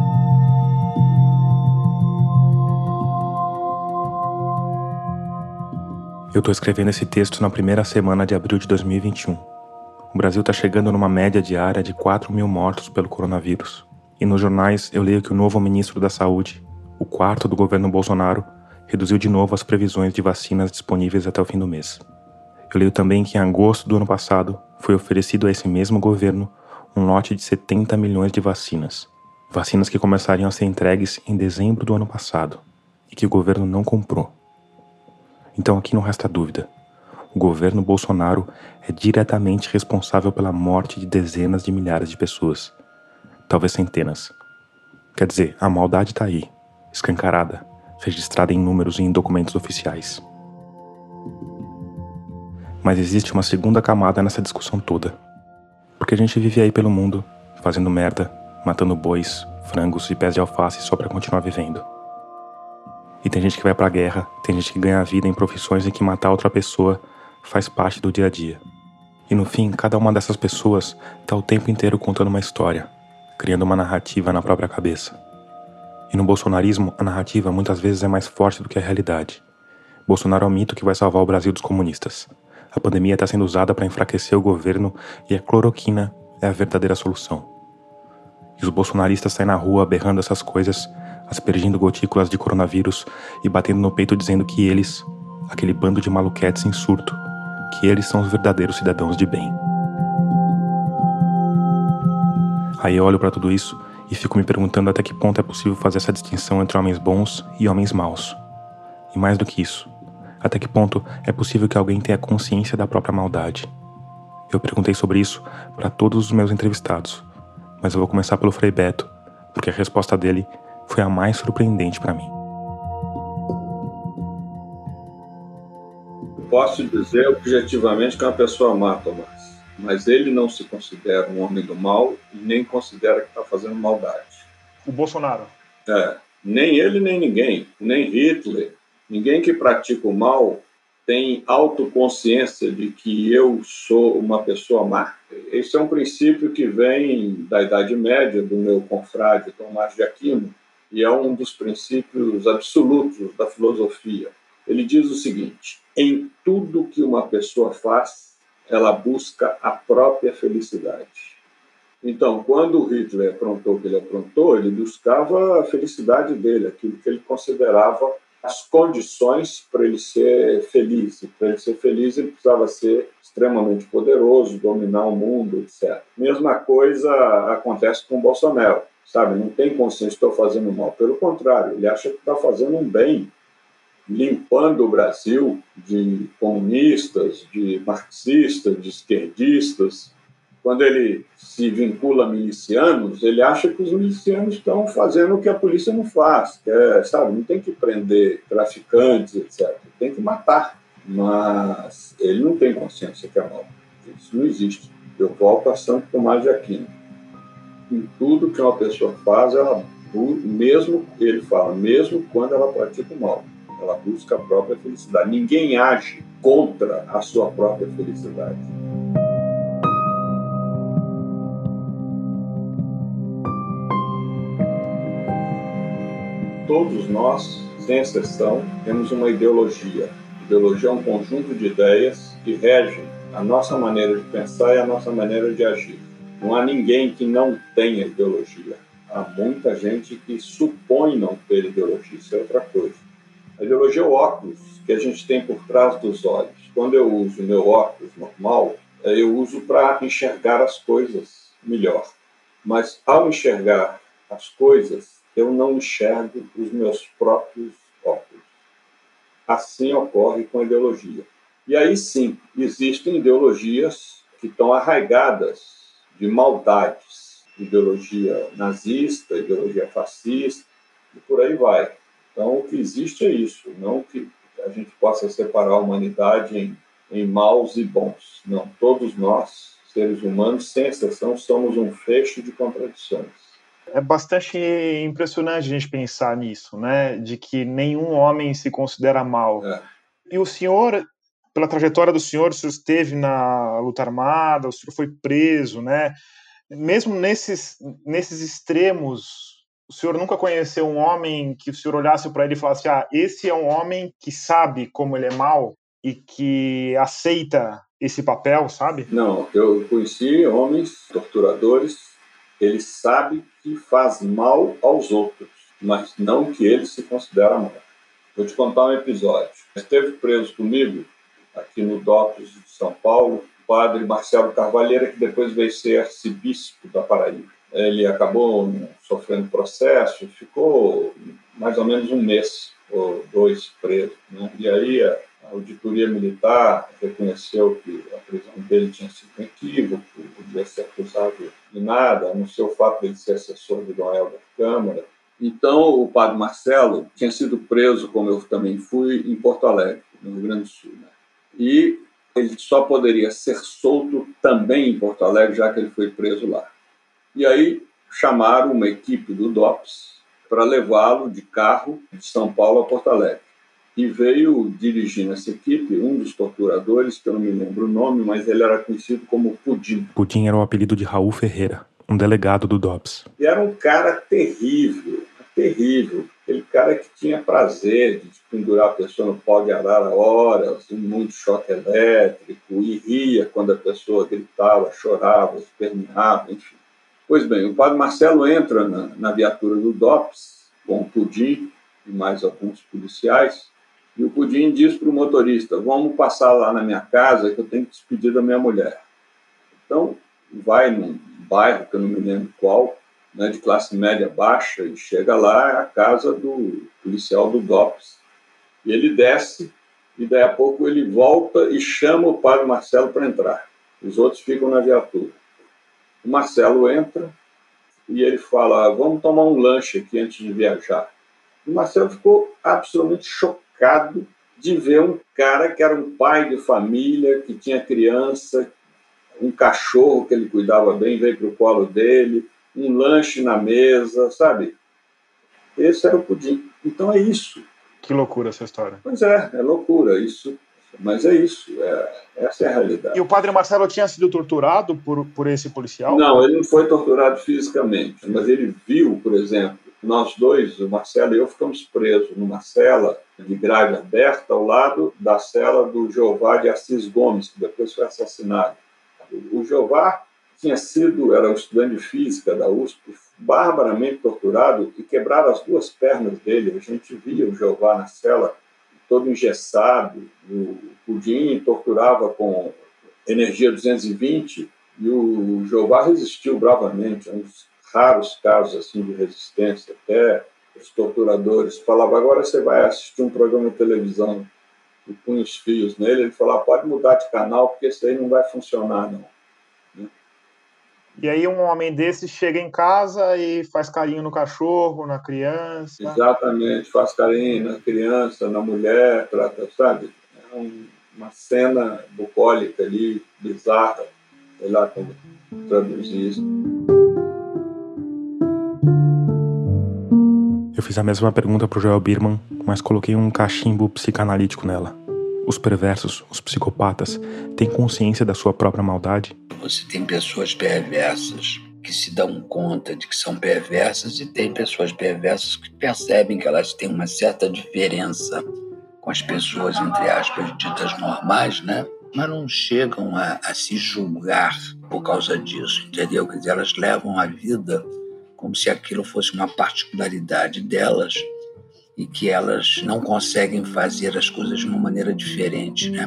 Speaker 2: Eu tô escrevendo esse texto na primeira semana de abril de dois mil e vinte e um. O Brasil tá chegando numa média diária de quatro mil mortos pelo coronavírus. E nos jornais eu leio que o novo ministro da Saúde, o quarto do governo Bolsonaro, reduziu de novo as previsões de vacinas disponíveis até o fim do mês. Eu leio também que em agosto do ano passado foi oferecido a esse mesmo governo um lote de setenta milhões de vacinas. Vacinas que começariam a ser entregues em dezembro do ano passado e que o governo não comprou. Então aqui não resta dúvida. O governo Bolsonaro é diretamente responsável pela morte de dezenas de milhares de pessoas. Talvez centenas. Quer dizer, a maldade está aí, escancarada, registrada em números e em documentos oficiais. Mas existe uma segunda camada nessa discussão toda. Porque a gente vive aí pelo mundo, fazendo merda, matando bois, frangos e pés de alface só pra continuar vivendo. E tem gente que vai pra guerra, tem gente que ganha vida em profissões em que matar outra pessoa faz parte do dia a dia. E no fim, cada uma dessas pessoas tá o tempo inteiro contando uma história, criando uma narrativa na própria cabeça. E no bolsonarismo, a narrativa muitas vezes é mais forte do que a realidade. Bolsonaro é o mito que vai salvar o Brasil dos comunistas. A pandemia está sendo usada para enfraquecer o governo e a cloroquina é a verdadeira solução. E os bolsonaristas saem na rua berrando essas coisas, aspergindo gotículas de coronavírus e batendo no peito dizendo que eles, aquele bando de maluquetes em surto, que eles são os verdadeiros cidadãos de bem. Aí eu olho para tudo isso e fico me perguntando até que ponto é possível fazer essa distinção entre homens bons e homens maus. E mais do que isso, até que ponto é possível que alguém tenha consciência da própria maldade? Eu perguntei sobre isso para todos os meus entrevistados, mas eu vou começar pelo Frei Beto, porque a resposta dele foi a mais surpreendente para mim.
Speaker 5: Posso dizer objetivamente que é uma pessoa má, Tomás, mas ele não se considera um homem do mal e nem considera que está fazendo maldade.
Speaker 8: O Bolsonaro?
Speaker 5: É, nem ele nem ninguém, nem Hitler. Ninguém que pratica o mal tem autoconsciência de que eu sou uma pessoa má. Esse é um princípio que vem da Idade Média, do meu confrade Tomás de Aquino, e é um dos princípios absolutos da filosofia. Ele diz o seguinte: em tudo que uma pessoa faz, ela busca a própria felicidade. Então, quando Hitler aprontou o que ele aprontou, ele buscava a felicidade dele, aquilo que ele considerava as condições para ele ser feliz. E para ele ser feliz, ele precisava ser extremamente poderoso, dominar o mundo, etcétera. Mesma coisa acontece com o Bolsonaro, sabe? Não tem consciência que estou fazendo mal. Pelo contrário, ele acha que está fazendo um bem, limpando o Brasil de comunistas, de marxistas, de esquerdistas. Quando ele se vincula a milicianos, ele acha que os milicianos estão fazendo o que a polícia não faz, que é, sabe, não tem que prender traficantes, etcétera. Tem que matar, mas ele não tem consciência que é mal. Isso não existe. Eu volto a Santo Tomás de Aquino. Em tudo que uma pessoa faz, ela, mesmo, ele fala, mesmo quando ela pratica o mal, ela busca a própria felicidade. Ninguém age contra a sua própria felicidade. Todos nós, sem exceção, temos uma ideologia. Ideologia é um conjunto de ideias que regem a nossa maneira de pensar e a nossa maneira de agir. Não há ninguém que não tenha ideologia. Há muita gente que supõe não ter ideologia. Isso é outra coisa. A ideologia é o óculos que a gente tem por trás dos olhos. Quando eu uso meu óculos normal, eu uso para enxergar as coisas melhor. Mas ao enxergar as coisas, eu não enxergo os meus próprios óculos. Assim ocorre com a ideologia. E aí sim, existem ideologias que estão arraigadas de maldades. Ideologia nazista, ideologia fascista, e por aí vai. Então, o que existe é isso. Não que a gente possa separar a humanidade em, em maus e bons. Não, todos nós, seres humanos, sem exceção, somos um feixe de contradições.
Speaker 8: É bastante impressionante a gente pensar nisso, né? De que nenhum homem se considera mal.
Speaker 5: É.
Speaker 8: E o senhor, pela trajetória do senhor, o senhor esteve na luta armada, o senhor foi preso, né? Mesmo nesses, nesses extremos, o senhor nunca conheceu um homem que o senhor olhasse para ele e falasse: ah, esse é um homem que sabe como ele é mau e que aceita esse papel, sabe?
Speaker 5: Não, eu conheci homens torturadores. Ele sabe que faz mal aos outros, mas não que ele se considera mal. Vou te contar um episódio. Esteve preso comigo, aqui no DOPS de São Paulo, o padre Marcelo Carvalheira, que depois veio ser arcebispo da Paraíba. Ele acabou sofrendo processo, ficou mais ou menos um mês ou dois preso, né? E aí a auditoria militar reconheceu que a prisão dele tinha sido um equívoco, podia ser acusado de nada, a não ser o fato de ele ser assessor de Dom Helder Câmara. Então, o padre Marcelo tinha sido preso, como eu também fui, em Porto Alegre, no Rio Grande do Sul, né? E ele só poderia ser solto também em Porto Alegre, já que ele foi preso lá. E aí chamaram uma equipe do DOPS para levá-lo de carro de São Paulo a Porto Alegre. E veio dirigindo essa equipe um dos torturadores, que eu não me lembro o nome, mas ele era conhecido como Pudim.
Speaker 2: Pudim era o apelido de Raul Ferreira, um delegado do DOPS.
Speaker 5: E era um cara terrível, terrível. Aquele cara que tinha prazer de pendurar a pessoa no pau de arara horas, muito choque elétrico, e ria quando a pessoa gritava, chorava, esperneava, enfim. Pois bem, o padre Marcelo entra na, na viatura do DOPS com o Pudim e mais alguns policiais, e o Pudim diz para o motorista: vamos passar lá na minha casa que eu tenho que despedir da minha mulher. Então, vai num bairro, que eu não me lembro qual, né, de classe média baixa, e chega lá, é a casa do policial do DOPS. E ele desce, e daí a pouco ele volta e chama o padre Marcelo para entrar. Os outros ficam na viatura. O Marcelo entra e ele fala: vamos tomar um lanche aqui antes de viajar. O Marcelo ficou absolutamente chocado de ver um cara que era um pai de família, que tinha criança, um cachorro que ele cuidava bem, veio para o colo dele, um lanche na mesa, sabe? Esse era o Pudim. Então é isso.
Speaker 8: Que loucura essa história.
Speaker 5: Pois é, é loucura isso. Mas é isso, é, essa é a realidade.
Speaker 8: E o padre Marcelo tinha sido torturado por, por esse policial?
Speaker 5: Não, ele não foi torturado fisicamente, mas ele viu, por exemplo, nós dois, o Marcelo e eu, ficamos presos numa cela de grade aberta ao lado da cela do Jeová de Assis Gomes, que depois foi assassinado. O Jeová tinha sido, era um estudante de física da U S P, barbaramente torturado e quebraram as duas pernas dele. A gente via o Jeová na cela, todo engessado. O Pudim torturava com energia duzentos e vinte e o Jeová resistiu bravamente. É uns raros casos assim de resistência. Até os torturadores falavam: agora você vai assistir um programa de televisão, e punha os fios nele. Ele falava: pode mudar de canal, porque isso aí não vai funcionar, não.
Speaker 8: E aí um homem desse chega em casa e faz carinho no cachorro, na criança.
Speaker 5: Exatamente, faz carinho na criança, na mulher, trata, sabe? É um, uma cena bucólica ali, bizarra, sei lá como traduzir isso.
Speaker 2: Eu fiz a mesma pergunta pro Joel Birman, mas coloquei um cachimbo psicanalítico nela. Os perversos, os psicopatas, têm consciência da sua própria maldade?
Speaker 6: Você tem pessoas perversas que se dão conta de que são perversas e tem pessoas perversas que percebem que elas têm uma certa diferença com as pessoas, entre aspas, ditas normais, né? Mas não chegam a, a se julgar por causa disso, entendeu? Quer dizer, elas levam a vida como se aquilo fosse uma particularidade delas e que elas não conseguem fazer as coisas de uma maneira diferente, né?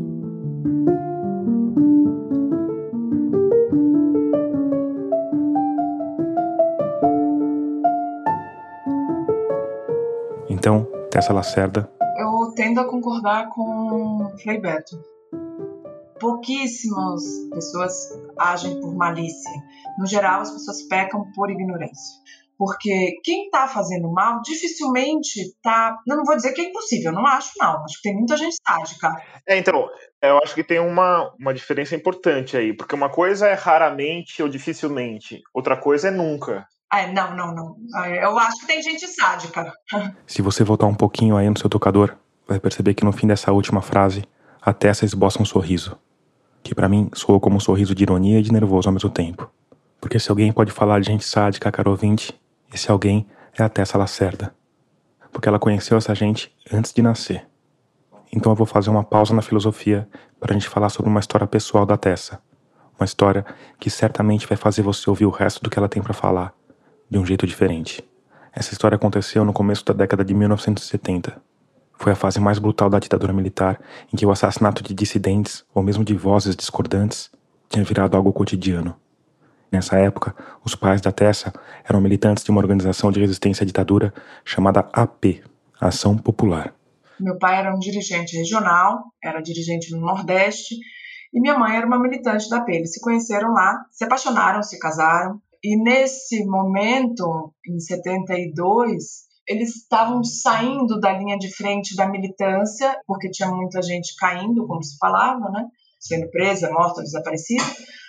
Speaker 2: Então, Tessa Lacerda...
Speaker 4: Eu tendo a concordar com Frei Beto. Pouquíssimas pessoas agem por malícia. No geral, as pessoas pecam por ignorância. Porque quem está fazendo mal dificilmente está... Eu não vou dizer que é impossível, não acho não. Acho que tem muita gente sádica.
Speaker 8: É, então, eu acho que tem uma, uma diferença importante aí. Porque uma coisa é raramente ou dificilmente. Outra coisa é nunca.
Speaker 4: É, não, não, não. Eu acho que tem gente sádica.
Speaker 2: Se você voltar um pouquinho aí no seu tocador, vai perceber que no fim dessa última frase, a Tessa esboça um sorriso. Que pra mim soou como um sorriso de ironia e de nervoso ao mesmo tempo. Porque se alguém pode falar de gente sádica, caro ouvinte, esse alguém é a Tessa Lacerda. Porque ela conheceu essa gente antes de nascer. Então eu vou fazer uma pausa na filosofia pra gente falar sobre uma história pessoal da Tessa. Uma história que certamente vai fazer você ouvir o resto do que ela tem pra falar de um jeito diferente. Essa história aconteceu no começo da década de mil novecentos e setenta. Foi a fase mais brutal da ditadura militar, em que o assassinato de dissidentes, ou mesmo de vozes discordantes, tinha virado algo cotidiano. Nessa época, os pais da Tessa eram militantes de uma organização de resistência à ditadura chamada A P, Ação Popular.
Speaker 4: Meu pai era um dirigente regional, era dirigente no Nordeste, e minha mãe era uma militante da A P. Eles se conheceram lá, se apaixonaram, se casaram. E nesse momento, em setenta e dois, eles estavam saindo da linha de frente da militância, porque tinha muita gente caindo, como se falava, né? Sendo presa, morta, desaparecida.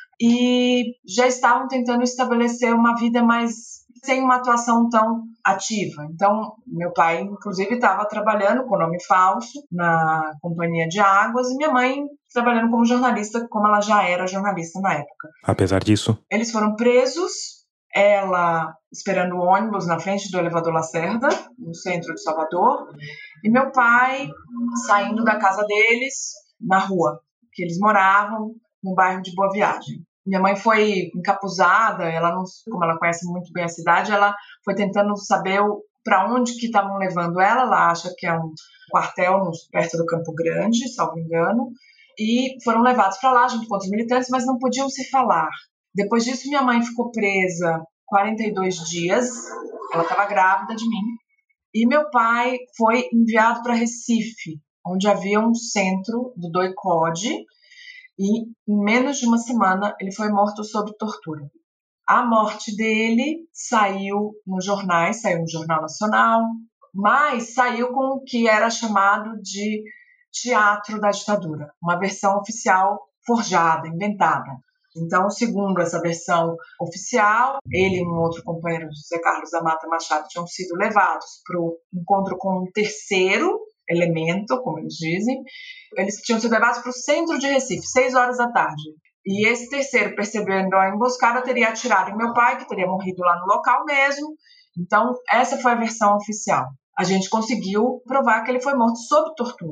Speaker 4: E já estavam tentando estabelecer uma vida mais sem uma atuação tão ativa. Então, meu pai, inclusive, estava trabalhando com nome falso na Companhia de Águas e minha mãe trabalhando como jornalista, como ela já era jornalista na época.
Speaker 2: Apesar disso,
Speaker 4: eles foram presos, ela esperando o ônibus na frente do elevador Lacerda, no centro de Salvador, e meu pai saindo da casa deles na rua, que eles moravam no bairro de Boa Viagem. Minha mãe foi encapuzada, ela não, como ela conhece muito bem a cidade, ela foi tentando saber para onde que estavam levando ela. Ela acha que é um quartel no, perto do Campo Grande, salvo engano, e foram levados para lá junto com os militantes, mas não podiam se falar. Depois disso, minha mãe ficou presa quarenta e dois dias, ela estava grávida de mim, e meu pai foi enviado para Recife, onde havia um centro do D O I C O D, e em menos de uma semana ele foi morto sob tortura. A morte dele saiu nos jornais, saiu no Jornal Nacional, mas saiu com o que era chamado de teatro da ditadura, uma versão oficial forjada, inventada. Então, segundo essa versão oficial, ele e um outro companheiro, José Carlos da Mata Machado, tinham sido levados para o encontro com um terceiro elemento, como eles dizem. Eles tinham sido levados para o centro de Recife, seis horas da tarde. E esse terceiro, percebendo a emboscada, teria atirado em meu pai, que teria morrido lá no local mesmo. Então, essa foi a versão oficial. A gente conseguiu provar que ele foi morto sob tortura.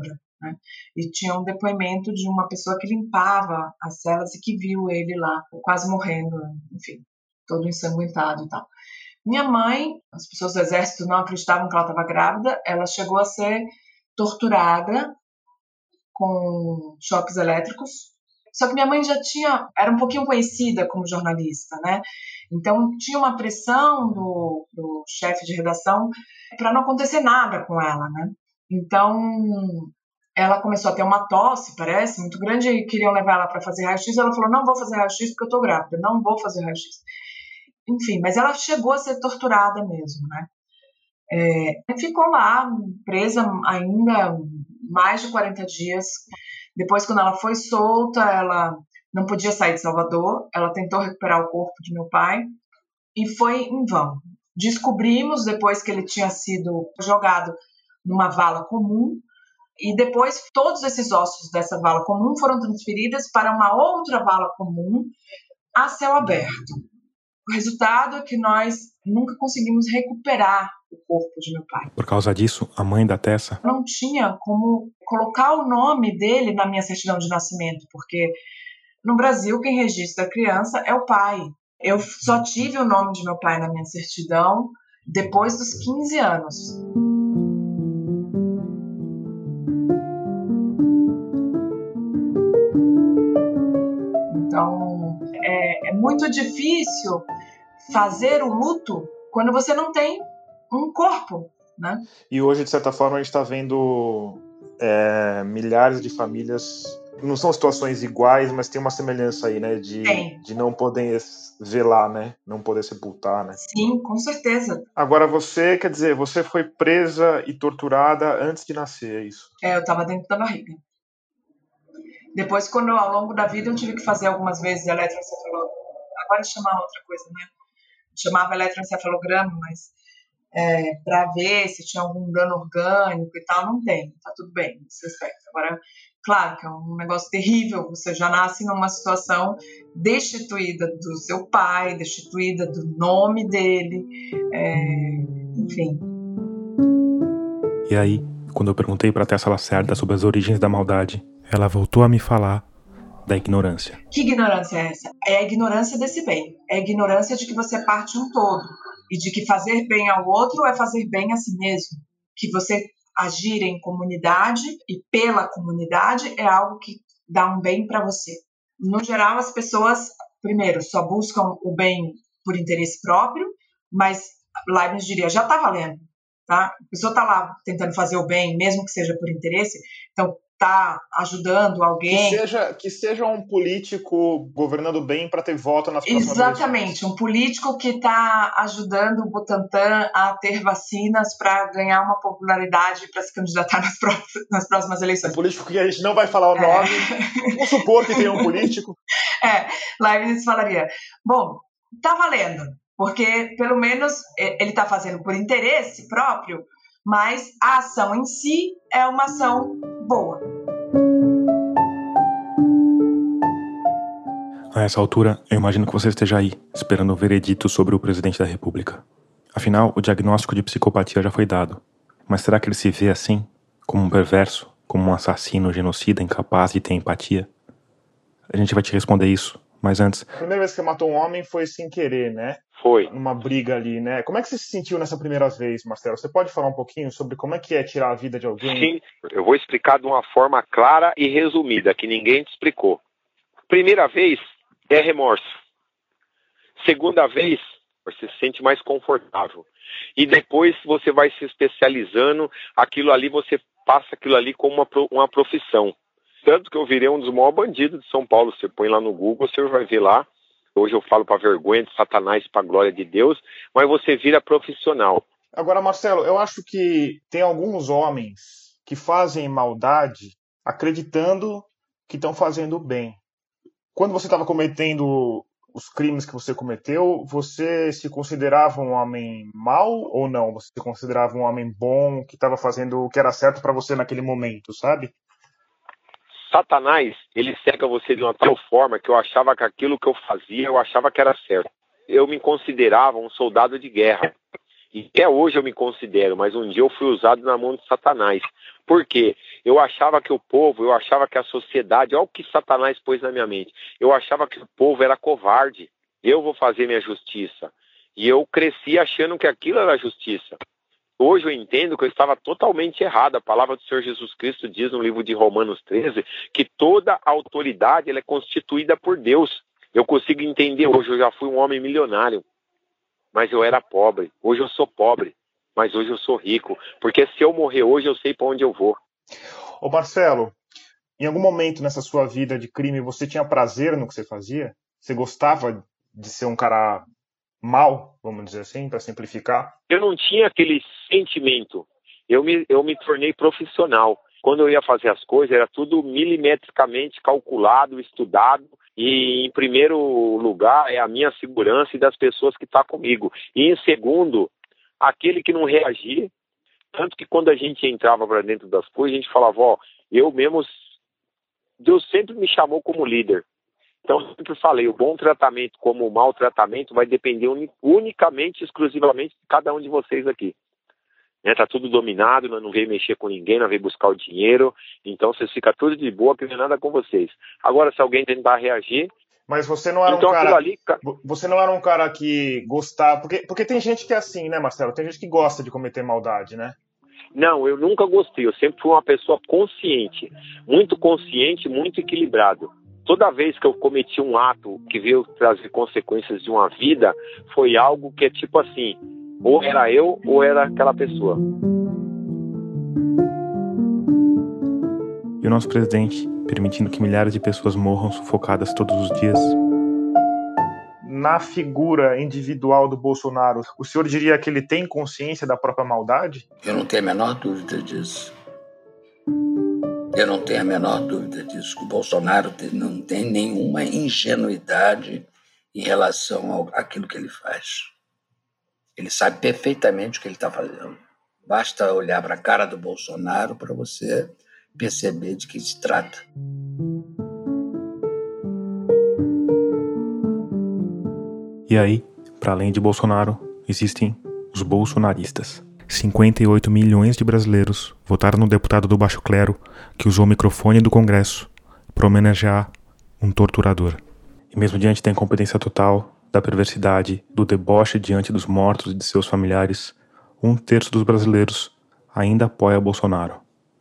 Speaker 4: né? E tinha um depoimento de uma pessoa que limpava as celas e que viu ele lá, quase morrendo, enfim, todo ensanguentado e tal. Minha mãe, as pessoas do exército não acreditavam que ela estava grávida, ela chegou a ser torturada com choques elétricos. Só que minha mãe já tinha, era um pouquinho conhecida como jornalista, né? Então tinha uma pressão do, do chefe de redação para não acontecer nada com ela, né? Então ela começou a ter uma tosse, parece, muito grande, e queriam levar ela para fazer raio-x. Ela falou: não vou fazer raio-x porque eu tô grávida, não vou fazer raio-x. Enfim, mas ela chegou a ser torturada mesmo, né? É, ficou lá presa ainda mais de quarenta dias. Depois, quando ela foi solta, ela não podia sair de Salvador, ela tentou recuperar o corpo de meu pai e foi em vão. Descobrimos depois que ele tinha sido jogado numa vala comum e depois todos esses ossos dessa vala comum foram transferidos para uma outra vala comum a céu aberto. O resultado é que nós nunca conseguimos recuperar o corpo de meu pai.
Speaker 2: Por causa disso, a mãe da Tessa
Speaker 4: não tinha como colocar o nome dele na minha certidão de nascimento, porque no Brasil quem registra a criança é o pai. Eu só tive o nome de meu pai na minha certidão depois dos quinze anos. Então, é, é muito difícil fazer o luto quando você não tem um corpo, né?
Speaker 8: E hoje, de certa forma, a gente está vendo é, milhares de famílias, não são situações iguais, mas tem uma semelhança aí, né? De, de não poder velar, né? Não poder sepultar, né?
Speaker 4: Sim, com certeza.
Speaker 8: Agora você, quer dizer, você foi presa e torturada antes de nascer, é isso?
Speaker 4: É, eu estava dentro da barriga. Depois, quando ao longo da vida eu tive que fazer algumas vezes eletroencefalograma, agora chama outra coisa, né? Chamava eletroencefalograma, mas é, para ver se tinha algum dano orgânico e tal, não tem, tá tudo bem nesse aspecto. Agora, claro que é um negócio terrível, você já nasce numa situação destituída do seu pai, destituída do nome dele, é, enfim.
Speaker 2: E aí, quando eu perguntei para Tessa Lacerda sobre as origens da maldade, ela voltou a me falar da ignorância.
Speaker 4: Que ignorância é essa? É a ignorância desse bem. É a ignorância de que você é parte de um todo. E de que fazer bem ao outro é fazer bem a si mesmo. Que você agir em comunidade e pela comunidade é algo que dá um bem para você. No geral, as pessoas, primeiro, só buscam o bem por interesse próprio, mas Leibniz diria, já está valendo. Tá? A pessoa está lá tentando fazer o bem, mesmo que seja por interesse, então está ajudando alguém.
Speaker 8: Que seja, que seja um político governando bem para ter voto nas próximas
Speaker 4: Exatamente,
Speaker 8: eleições.
Speaker 4: Um político que está ajudando o Butantan a ter vacinas para ganhar uma popularidade para se candidatar nas próximas, nas próximas eleições.
Speaker 8: Um político que a gente não vai falar o nome, é. Vamos supor que tenha um político.
Speaker 4: É, Leibniz falaria, bom, está valendo, porque pelo menos ele está fazendo por interesse próprio, mas a ação em si é uma ação boa.
Speaker 2: A essa altura, eu imagino que você esteja aí, esperando o veredito sobre o presidente da República. Afinal, o diagnóstico de psicopatia já foi dado. Mas será que ele se vê assim? Como um perverso? Como um assassino, genocida, incapaz de ter empatia? A gente vai te responder isso, mas antes...
Speaker 8: A primeira vez que você matou um homem foi sem querer, né?
Speaker 7: Foi.
Speaker 8: Numa briga ali, né? Como é que você se sentiu nessa primeira vez, Marcelo? Você pode falar um pouquinho sobre como é que é tirar a vida de alguém?
Speaker 7: Sim, eu vou explicar de uma forma clara e resumida, que ninguém te explicou. Primeira vez é remorso. Segunda vez, você se sente mais confortável. E depois você vai se especializando, aquilo ali, você passa aquilo ali como uma, uma profissão. Tanto que eu virei um dos maiores bandidos de São Paulo. Você põe lá no Google, você vai ver lá. Hoje eu falo para vergonha de Satanás, para a glória de Deus, mas você vira profissional.
Speaker 8: Agora, Marcelo, eu acho que tem alguns homens que fazem maldade acreditando que estão fazendo bem. Quando você estava cometendo os crimes que você cometeu, você se considerava um homem mau ou não? Você se considerava um homem bom, que estava fazendo o que era certo para você naquele momento, sabe?
Speaker 7: Satanás, ele cega você de uma tal forma que eu achava que aquilo que eu fazia, eu achava que era certo. Eu me considerava um soldado de guerra. E até hoje eu me considero, mas um dia eu fui usado na mão de Satanás. Por quê? Eu achava que o povo, eu achava que a sociedade, olha o que Satanás pôs na minha mente. Eu achava que o povo era covarde. Eu vou fazer minha justiça. E eu cresci achando que aquilo era justiça. Hoje eu entendo que eu estava totalmente errado. A palavra do Senhor Jesus Cristo diz no livro de Romanos treze que toda autoridade ela é constituída por Deus. Eu consigo entender hoje, eu já fui um homem milionário, mas eu era pobre. Hoje eu sou pobre, mas hoje eu sou rico. Porque se eu morrer hoje, eu sei para onde eu vou.
Speaker 8: Ô Marcelo, em algum momento nessa sua vida de crime, você tinha prazer no que você fazia? Você gostava de ser um cara mau, vamos dizer assim, para simplificar?
Speaker 7: Eu não tinha aquele sentimento. Eu me, eu me tornei profissional. Quando eu ia fazer as coisas, era tudo milimetricamente calculado, estudado. E, em primeiro lugar, é a minha segurança e das pessoas que estão comigo. E, em segundo, aquele que não reagia. Tanto que quando a gente entrava para dentro das coisas, a gente falava, ó, eu mesmo... Deus sempre me chamou como líder. Então, eu sempre falei, o bom tratamento como o mau tratamento vai depender unicamente, exclusivamente de cada um de vocês aqui. Né, tá tudo dominado, nós não veio mexer com ninguém, não veio buscar o dinheiro, então vocês ficam tudo de boa, que não é nada com vocês. Agora, se alguém tentar reagir...
Speaker 8: Mas você não era
Speaker 7: então,
Speaker 8: um cara...
Speaker 7: Ali...
Speaker 8: Você não era um cara que gostava... Porque, porque tem gente que é assim, né, Marcelo? Tem gente que gosta de cometer maldade, né?
Speaker 7: Não, eu nunca gostei, eu sempre fui uma pessoa consciente, muito consciente, muito equilibrado. Toda vez que eu cometi um ato que veio trazer consequências de uma vida, foi algo que é tipo assim, ou era eu ou era aquela pessoa.
Speaker 2: E o nosso presidente, permitindo que milhares de pessoas morram sufocadas todos os dias.
Speaker 8: Na figura individual do Bolsonaro, o senhor diria que ele tem consciência da própria maldade?
Speaker 6: Eu não tenho a menor dúvida disso. Eu não tenho a menor dúvida disso. O Bolsonaro não tem nenhuma ingenuidade em relação àquilo que ele faz. Ele sabe perfeitamente o que ele está fazendo. Basta olhar para a cara do Bolsonaro para você perceber de que se trata.
Speaker 2: E aí, para além de Bolsonaro, existem os bolsonaristas. cinquenta e oito milhões de brasileiros votaram no deputado do baixo clero que usou o microfone do Congresso para homenagear um torturador. E mesmo diante da incompetência total, da perversidade, do deboche diante dos mortos e de seus familiares, um terço dos brasileiros ainda apoia Bolsonaro.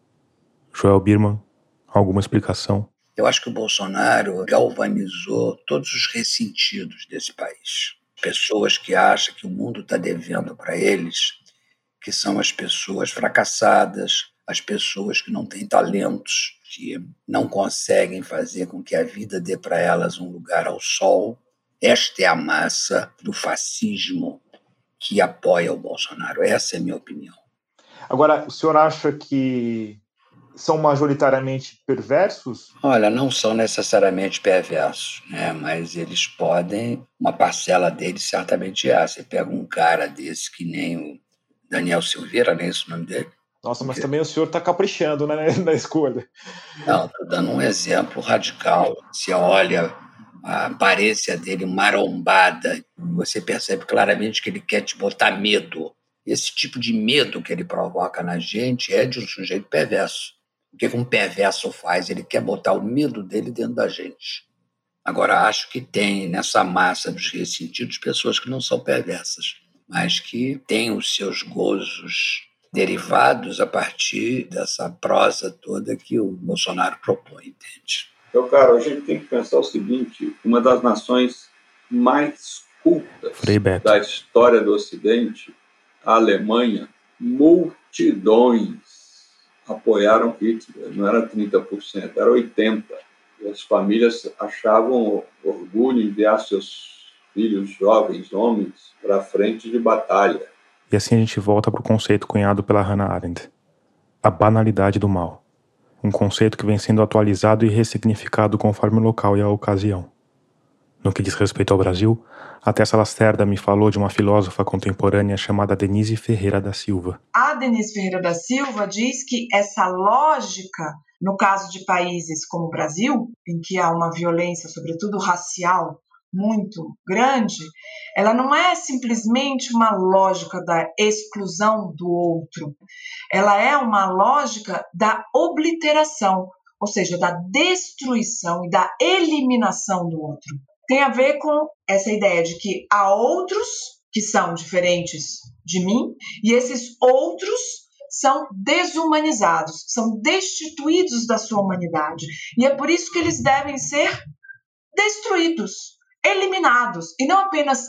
Speaker 2: Joel Birman, alguma explicação?
Speaker 6: Eu acho que o Bolsonaro galvanizou todos os ressentidos desse país. Pessoas que acham que o mundo está devendo para eles, que são as pessoas fracassadas, as pessoas que não têm talentos, que não conseguem fazer com que a vida dê para elas um lugar ao sol. Esta é a massa do fascismo que apoia o Bolsonaro. Essa é a minha opinião.
Speaker 8: Agora, o senhor acha que são majoritariamente perversos?
Speaker 6: Olha, não são necessariamente perversos, né? Mas eles podem, uma parcela deles certamente é. Você pega um cara desse que nem o Daniel Silveira, não é esse o nome dele?
Speaker 8: Nossa, mas também o senhor está caprichando, né, na escolha.
Speaker 6: Não, estou dando um exemplo radical. Você olha a aparência dele marombada, você percebe claramente que ele quer te botar medo. Esse tipo de medo que ele provoca na gente é de um sujeito perverso. O que um perverso faz? Ele quer botar o medo dele dentro da gente. Agora, acho que tem nessa massa dos ressentidos pessoas que não são perversas, mas que têm os seus gozos derivados a partir dessa prosa toda que o Bolsonaro propõe, entende?
Speaker 5: Então, cara, a gente tem que pensar o seguinte, uma das nações mais cultas da história do Ocidente, a Alemanha, multidões apoiaram Hitler, não era trinta por cento, era oitenta por cento. E as famílias achavam orgulho em enviar seus filhos jovens, homens, para a frente de batalha.
Speaker 2: E assim a gente volta para o conceito cunhado pela Hannah Arendt, a banalidade do mal. Um conceito que vem sendo atualizado e ressignificado conforme o local e a ocasião. No que diz respeito ao Brasil, a Tessa Lacerda me falou de uma filósofa contemporânea chamada Denise Ferreira da Silva.
Speaker 4: A Denise Ferreira da Silva diz que essa lógica, no caso de países como o Brasil, em que há uma violência, sobretudo racial, muito grande, ela não é simplesmente uma lógica da exclusão do outro, ela é uma lógica da obliteração, ou seja, da destruição e da eliminação do outro. Tem a ver com essa ideia de que há outros que são diferentes de mim e esses outros são desumanizados, são destituídos da sua humanidade. E é por isso que eles devem ser destruídos, eliminados, e não apenas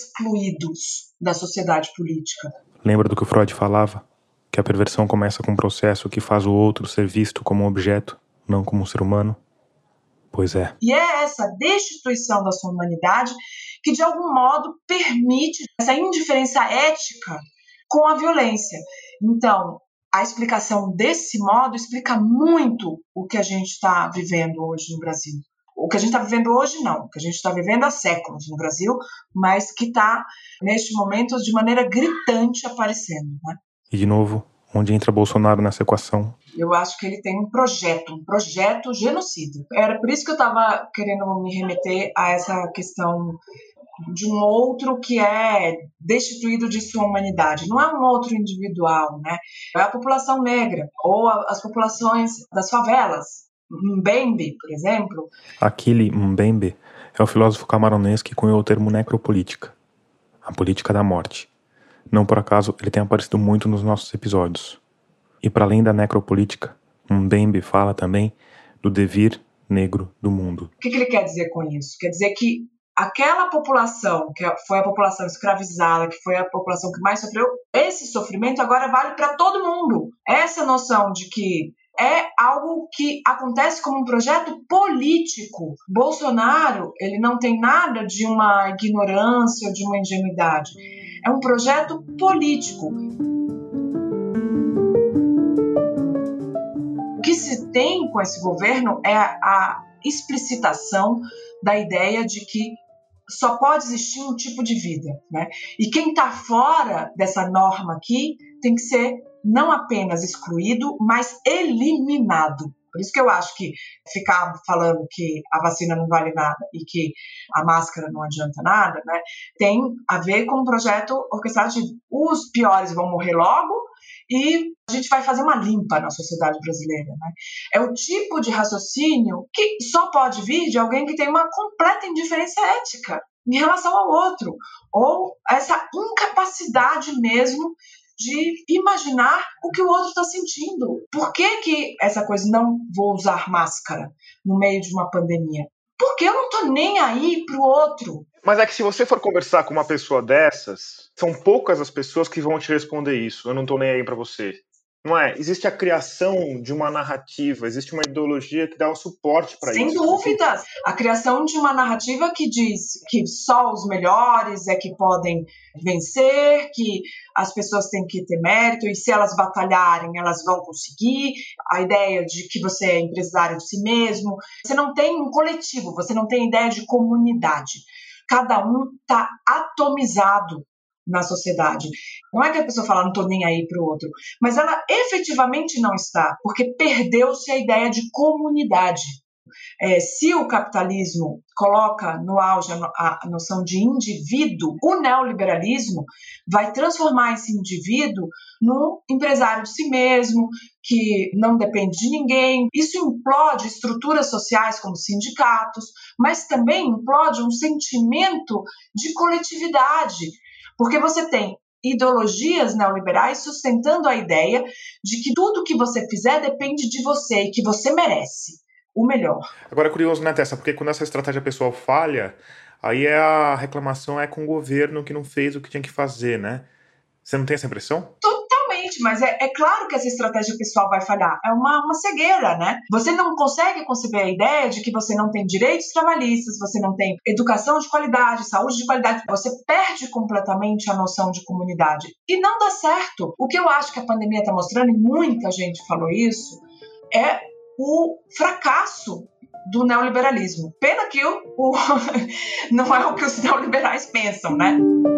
Speaker 4: excluídos da sociedade política.
Speaker 2: Lembra do que o Freud falava? Que a perversão começa com um processo que faz o outro ser visto como um objeto, não como um ser humano? Pois é.
Speaker 4: E é essa destituição da sua humanidade que, de algum modo, permite essa indiferença ética com a violência. Então, a explicação desse modo explica muito o que a gente está vivendo hoje no Brasil. O que a gente está vivendo hoje, não. O que a gente está vivendo há séculos no Brasil, mas que está, neste momento, de maneira gritante aparecendo, né?
Speaker 2: E, de novo, onde entra Bolsonaro nessa equação?
Speaker 4: Eu acho que ele tem um projeto, um projeto genocida. Era por isso que eu estava querendo me remeter a essa questão de um outro que é destituído de sua humanidade. Não é um outro individual, né? É a população negra, ou a, as populações das favelas. Mbembe, por exemplo.
Speaker 2: Achille Mbembe é o filósofo camaronês que cunhou o termo necropolítica, a política da morte. Não por acaso ele tem aparecido muito nos nossos episódios. E para além da necropolítica, Mbembe fala também do devir negro do mundo.
Speaker 4: O que, que ele quer dizer com isso? Quer dizer que aquela população, que foi a população escravizada, que foi a população que mais sofreu, esse sofrimento agora vale para todo mundo. Essa noção de que é algo que acontece como um projeto político. Bolsonaro, ele não tem nada de uma ignorância ou de uma ingenuidade. É um projeto político. O que se tem com esse governo é a explicitação da ideia de que só pode existir um tipo de vida, né? E quem está fora dessa norma aqui tem que ser não apenas excluído, mas eliminado. Por isso que eu acho que ficar falando que a vacina não vale nada e que a máscara não adianta nada, né, tem a ver com um projeto orquestrado de os piores vão morrer logo e a gente vai fazer uma limpa na sociedade brasileira, né? É o tipo de raciocínio que só pode vir de alguém que tem uma completa indiferença ética em relação ao outro, ou essa incapacidade mesmo de imaginar o que o outro está sentindo. Por que que essa coisa, não vou usar máscara no meio de uma pandemia? Porque eu não estou nem aí para o outro.
Speaker 8: Mas é que se você for conversar com uma pessoa dessas, são poucas as pessoas que vão te responder isso. Eu não estou nem aí para você. Não é? Existe a criação de uma narrativa, existe uma ideologia que dá um suporte para isso.
Speaker 4: Sem dúvidas. A criação de uma narrativa que diz que só os melhores é que podem vencer, que as pessoas têm que ter mérito e se elas batalharem, elas vão conseguir. A ideia de que você é empresário de si mesmo. Você não tem um coletivo, você não tem ideia de comunidade. Cada um está atomizado na sociedade. Não é que a pessoa fala, não estou nem aí para o outro, mas ela efetivamente não está, porque perdeu-se a ideia de comunidade. É, se o capitalismo coloca no auge a, a noção de indivíduo, o neoliberalismo vai transformar esse indivíduo num empresário de si mesmo, que não depende de ninguém. Isso implode estruturas sociais como sindicatos, mas também implode um sentimento de coletividade, porque você tem ideologias neoliberais sustentando a ideia de que tudo que você fizer depende de você e que você merece o melhor.
Speaker 8: Agora é curioso, né, Tessa? Porque quando essa estratégia pessoal falha, aí é a reclamação é com o governo que não fez o que tinha que fazer, né? Você não tem essa impressão?
Speaker 4: Totalmente, mas é, é claro que essa estratégia pessoal vai falhar. É uma, uma cegueira, né? Você não consegue conceber a ideia de que você não tem direitos trabalhistas, você não tem educação de qualidade, saúde de qualidade. Você perde completamente a noção de comunidade. E não dá certo. O que eu acho que a pandemia está mostrando, e muita gente falou isso, é o fracasso do neoliberalismo. Pena que o, o, não é o que os neoliberais pensam, né?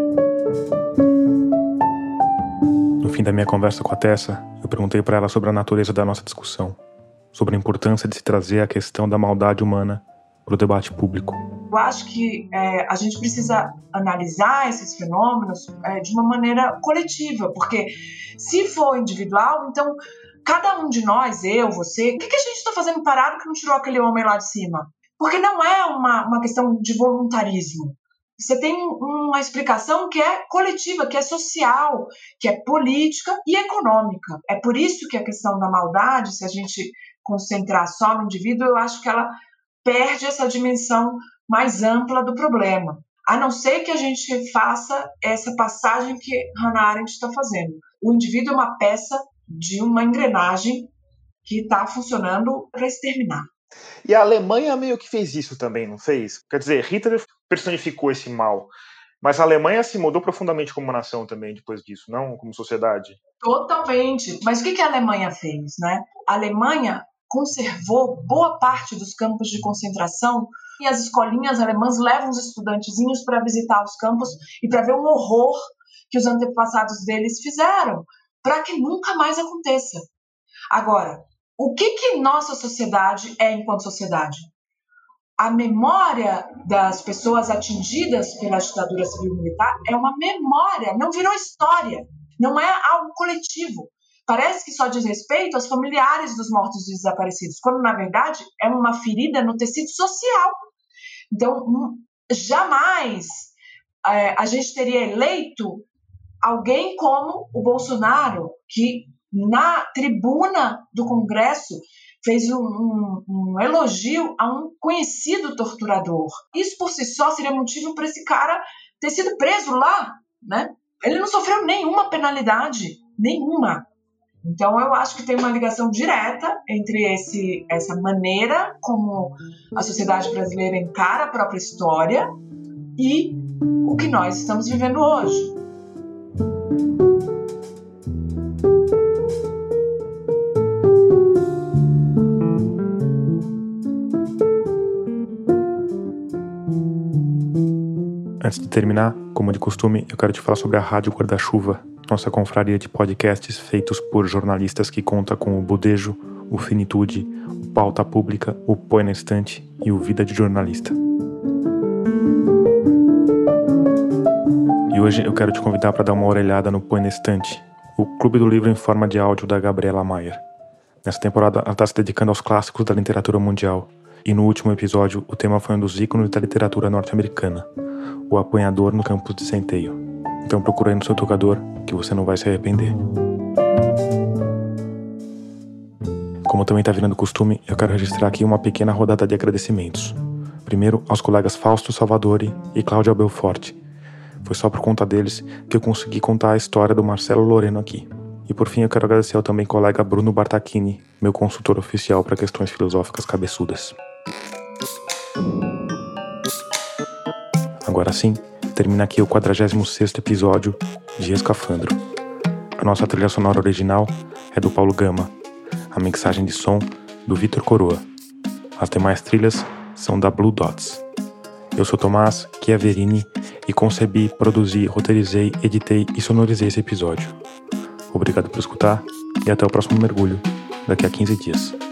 Speaker 2: No fim da minha conversa com a Tessa, eu perguntei para ela sobre a natureza da nossa discussão, sobre a importância de se trazer a questão da maldade humana para o debate público.
Speaker 4: Eu acho que é, a gente precisa analisar esses fenômenos é, de uma maneira coletiva, porque se for individual, então cada um de nós, eu, você, o que, que a gente está fazendo parado que não tirou aquele homem lá de cima? Porque não é uma, uma questão de voluntarismo. Você tem uma explicação que é coletiva, que é social, que é política e econômica. É por isso que a questão da maldade, se a gente concentrar só no indivíduo, eu acho que ela perde essa dimensão mais ampla do problema. A não ser que a gente faça essa passagem que Hannah Arendt está fazendo. O indivíduo é uma peça de uma engrenagem que está funcionando para exterminar.
Speaker 8: E a Alemanha meio que fez isso também, não fez? Quer dizer, Hitler personificou esse mal, mas a Alemanha se mudou profundamente como nação também depois disso, não como sociedade?
Speaker 4: Totalmente. Mas o que a Alemanha fez, né? A Alemanha conservou boa parte dos campos de concentração e as escolinhas alemãs levam os estudantezinhos para visitar os campos e para ver o horror que os antepassados deles fizeram, para que nunca mais aconteça. Agora, o que que nossa sociedade é enquanto sociedade? A memória das pessoas atingidas pela ditadura civil-militar é uma memória, não virou história, não é algo coletivo. Parece que só diz respeito aos familiares dos mortos e desaparecidos, quando, na verdade, é uma ferida no tecido social. Então, jamais é, a gente teria eleito alguém como o Bolsonaro, que na tribuna do Congresso fez um, um, um elogio a um conhecido torturador. Isso por si só seria motivo para esse cara ter sido preso lá, né? Ele não sofreu nenhuma penalidade, nenhuma. Então eu acho que tem uma ligação direta entre esse, essa maneira como a sociedade brasileira encara a própria história e o que nós estamos vivendo hoje.
Speaker 2: Antes de terminar, como de costume, eu quero te falar sobre a Rádio Guarda-Chuva, nossa confraria de podcasts feitos por jornalistas que conta com o Budejo, o Finitude, o Pauta Pública, o Põe na Estante e o Vida de Jornalista. E hoje eu quero te convidar para dar uma orelhada no Põe na Estante, o clube do livro em forma de áudio da Gabriela Mayer. Nessa temporada ela está se dedicando aos clássicos da literatura mundial, e no último episódio o tema foi um dos ícones da literatura norte-americana, O Apanhador no Campos de Centeio. Então procura aí no seu tocador, que você não vai se arrepender. Como também está virando costume, eu quero registrar aqui uma pequena rodada de agradecimentos. Primeiro, aos colegas Fausto Salvadori e Cláudia Belforte. Foi só por conta deles que eu consegui contar a história do Marcelo Loreno aqui. E por fim, eu quero agradecer ao também colega Bruno Bartachini, meu consultor oficial para questões filosóficas cabeçudas. Agora sim, termina aqui o quadragésimo sexto episódio de Escafandro. A nossa trilha sonora original é do Paulo Gama, a mixagem de som do Vitor Coroa. As demais trilhas são da Blue Dots. Eu sou Tomás Chiaverini e concebi, produzi, roteirizei, editei e sonorizei esse episódio. Obrigado por escutar e até o próximo mergulho, daqui a quinze dias.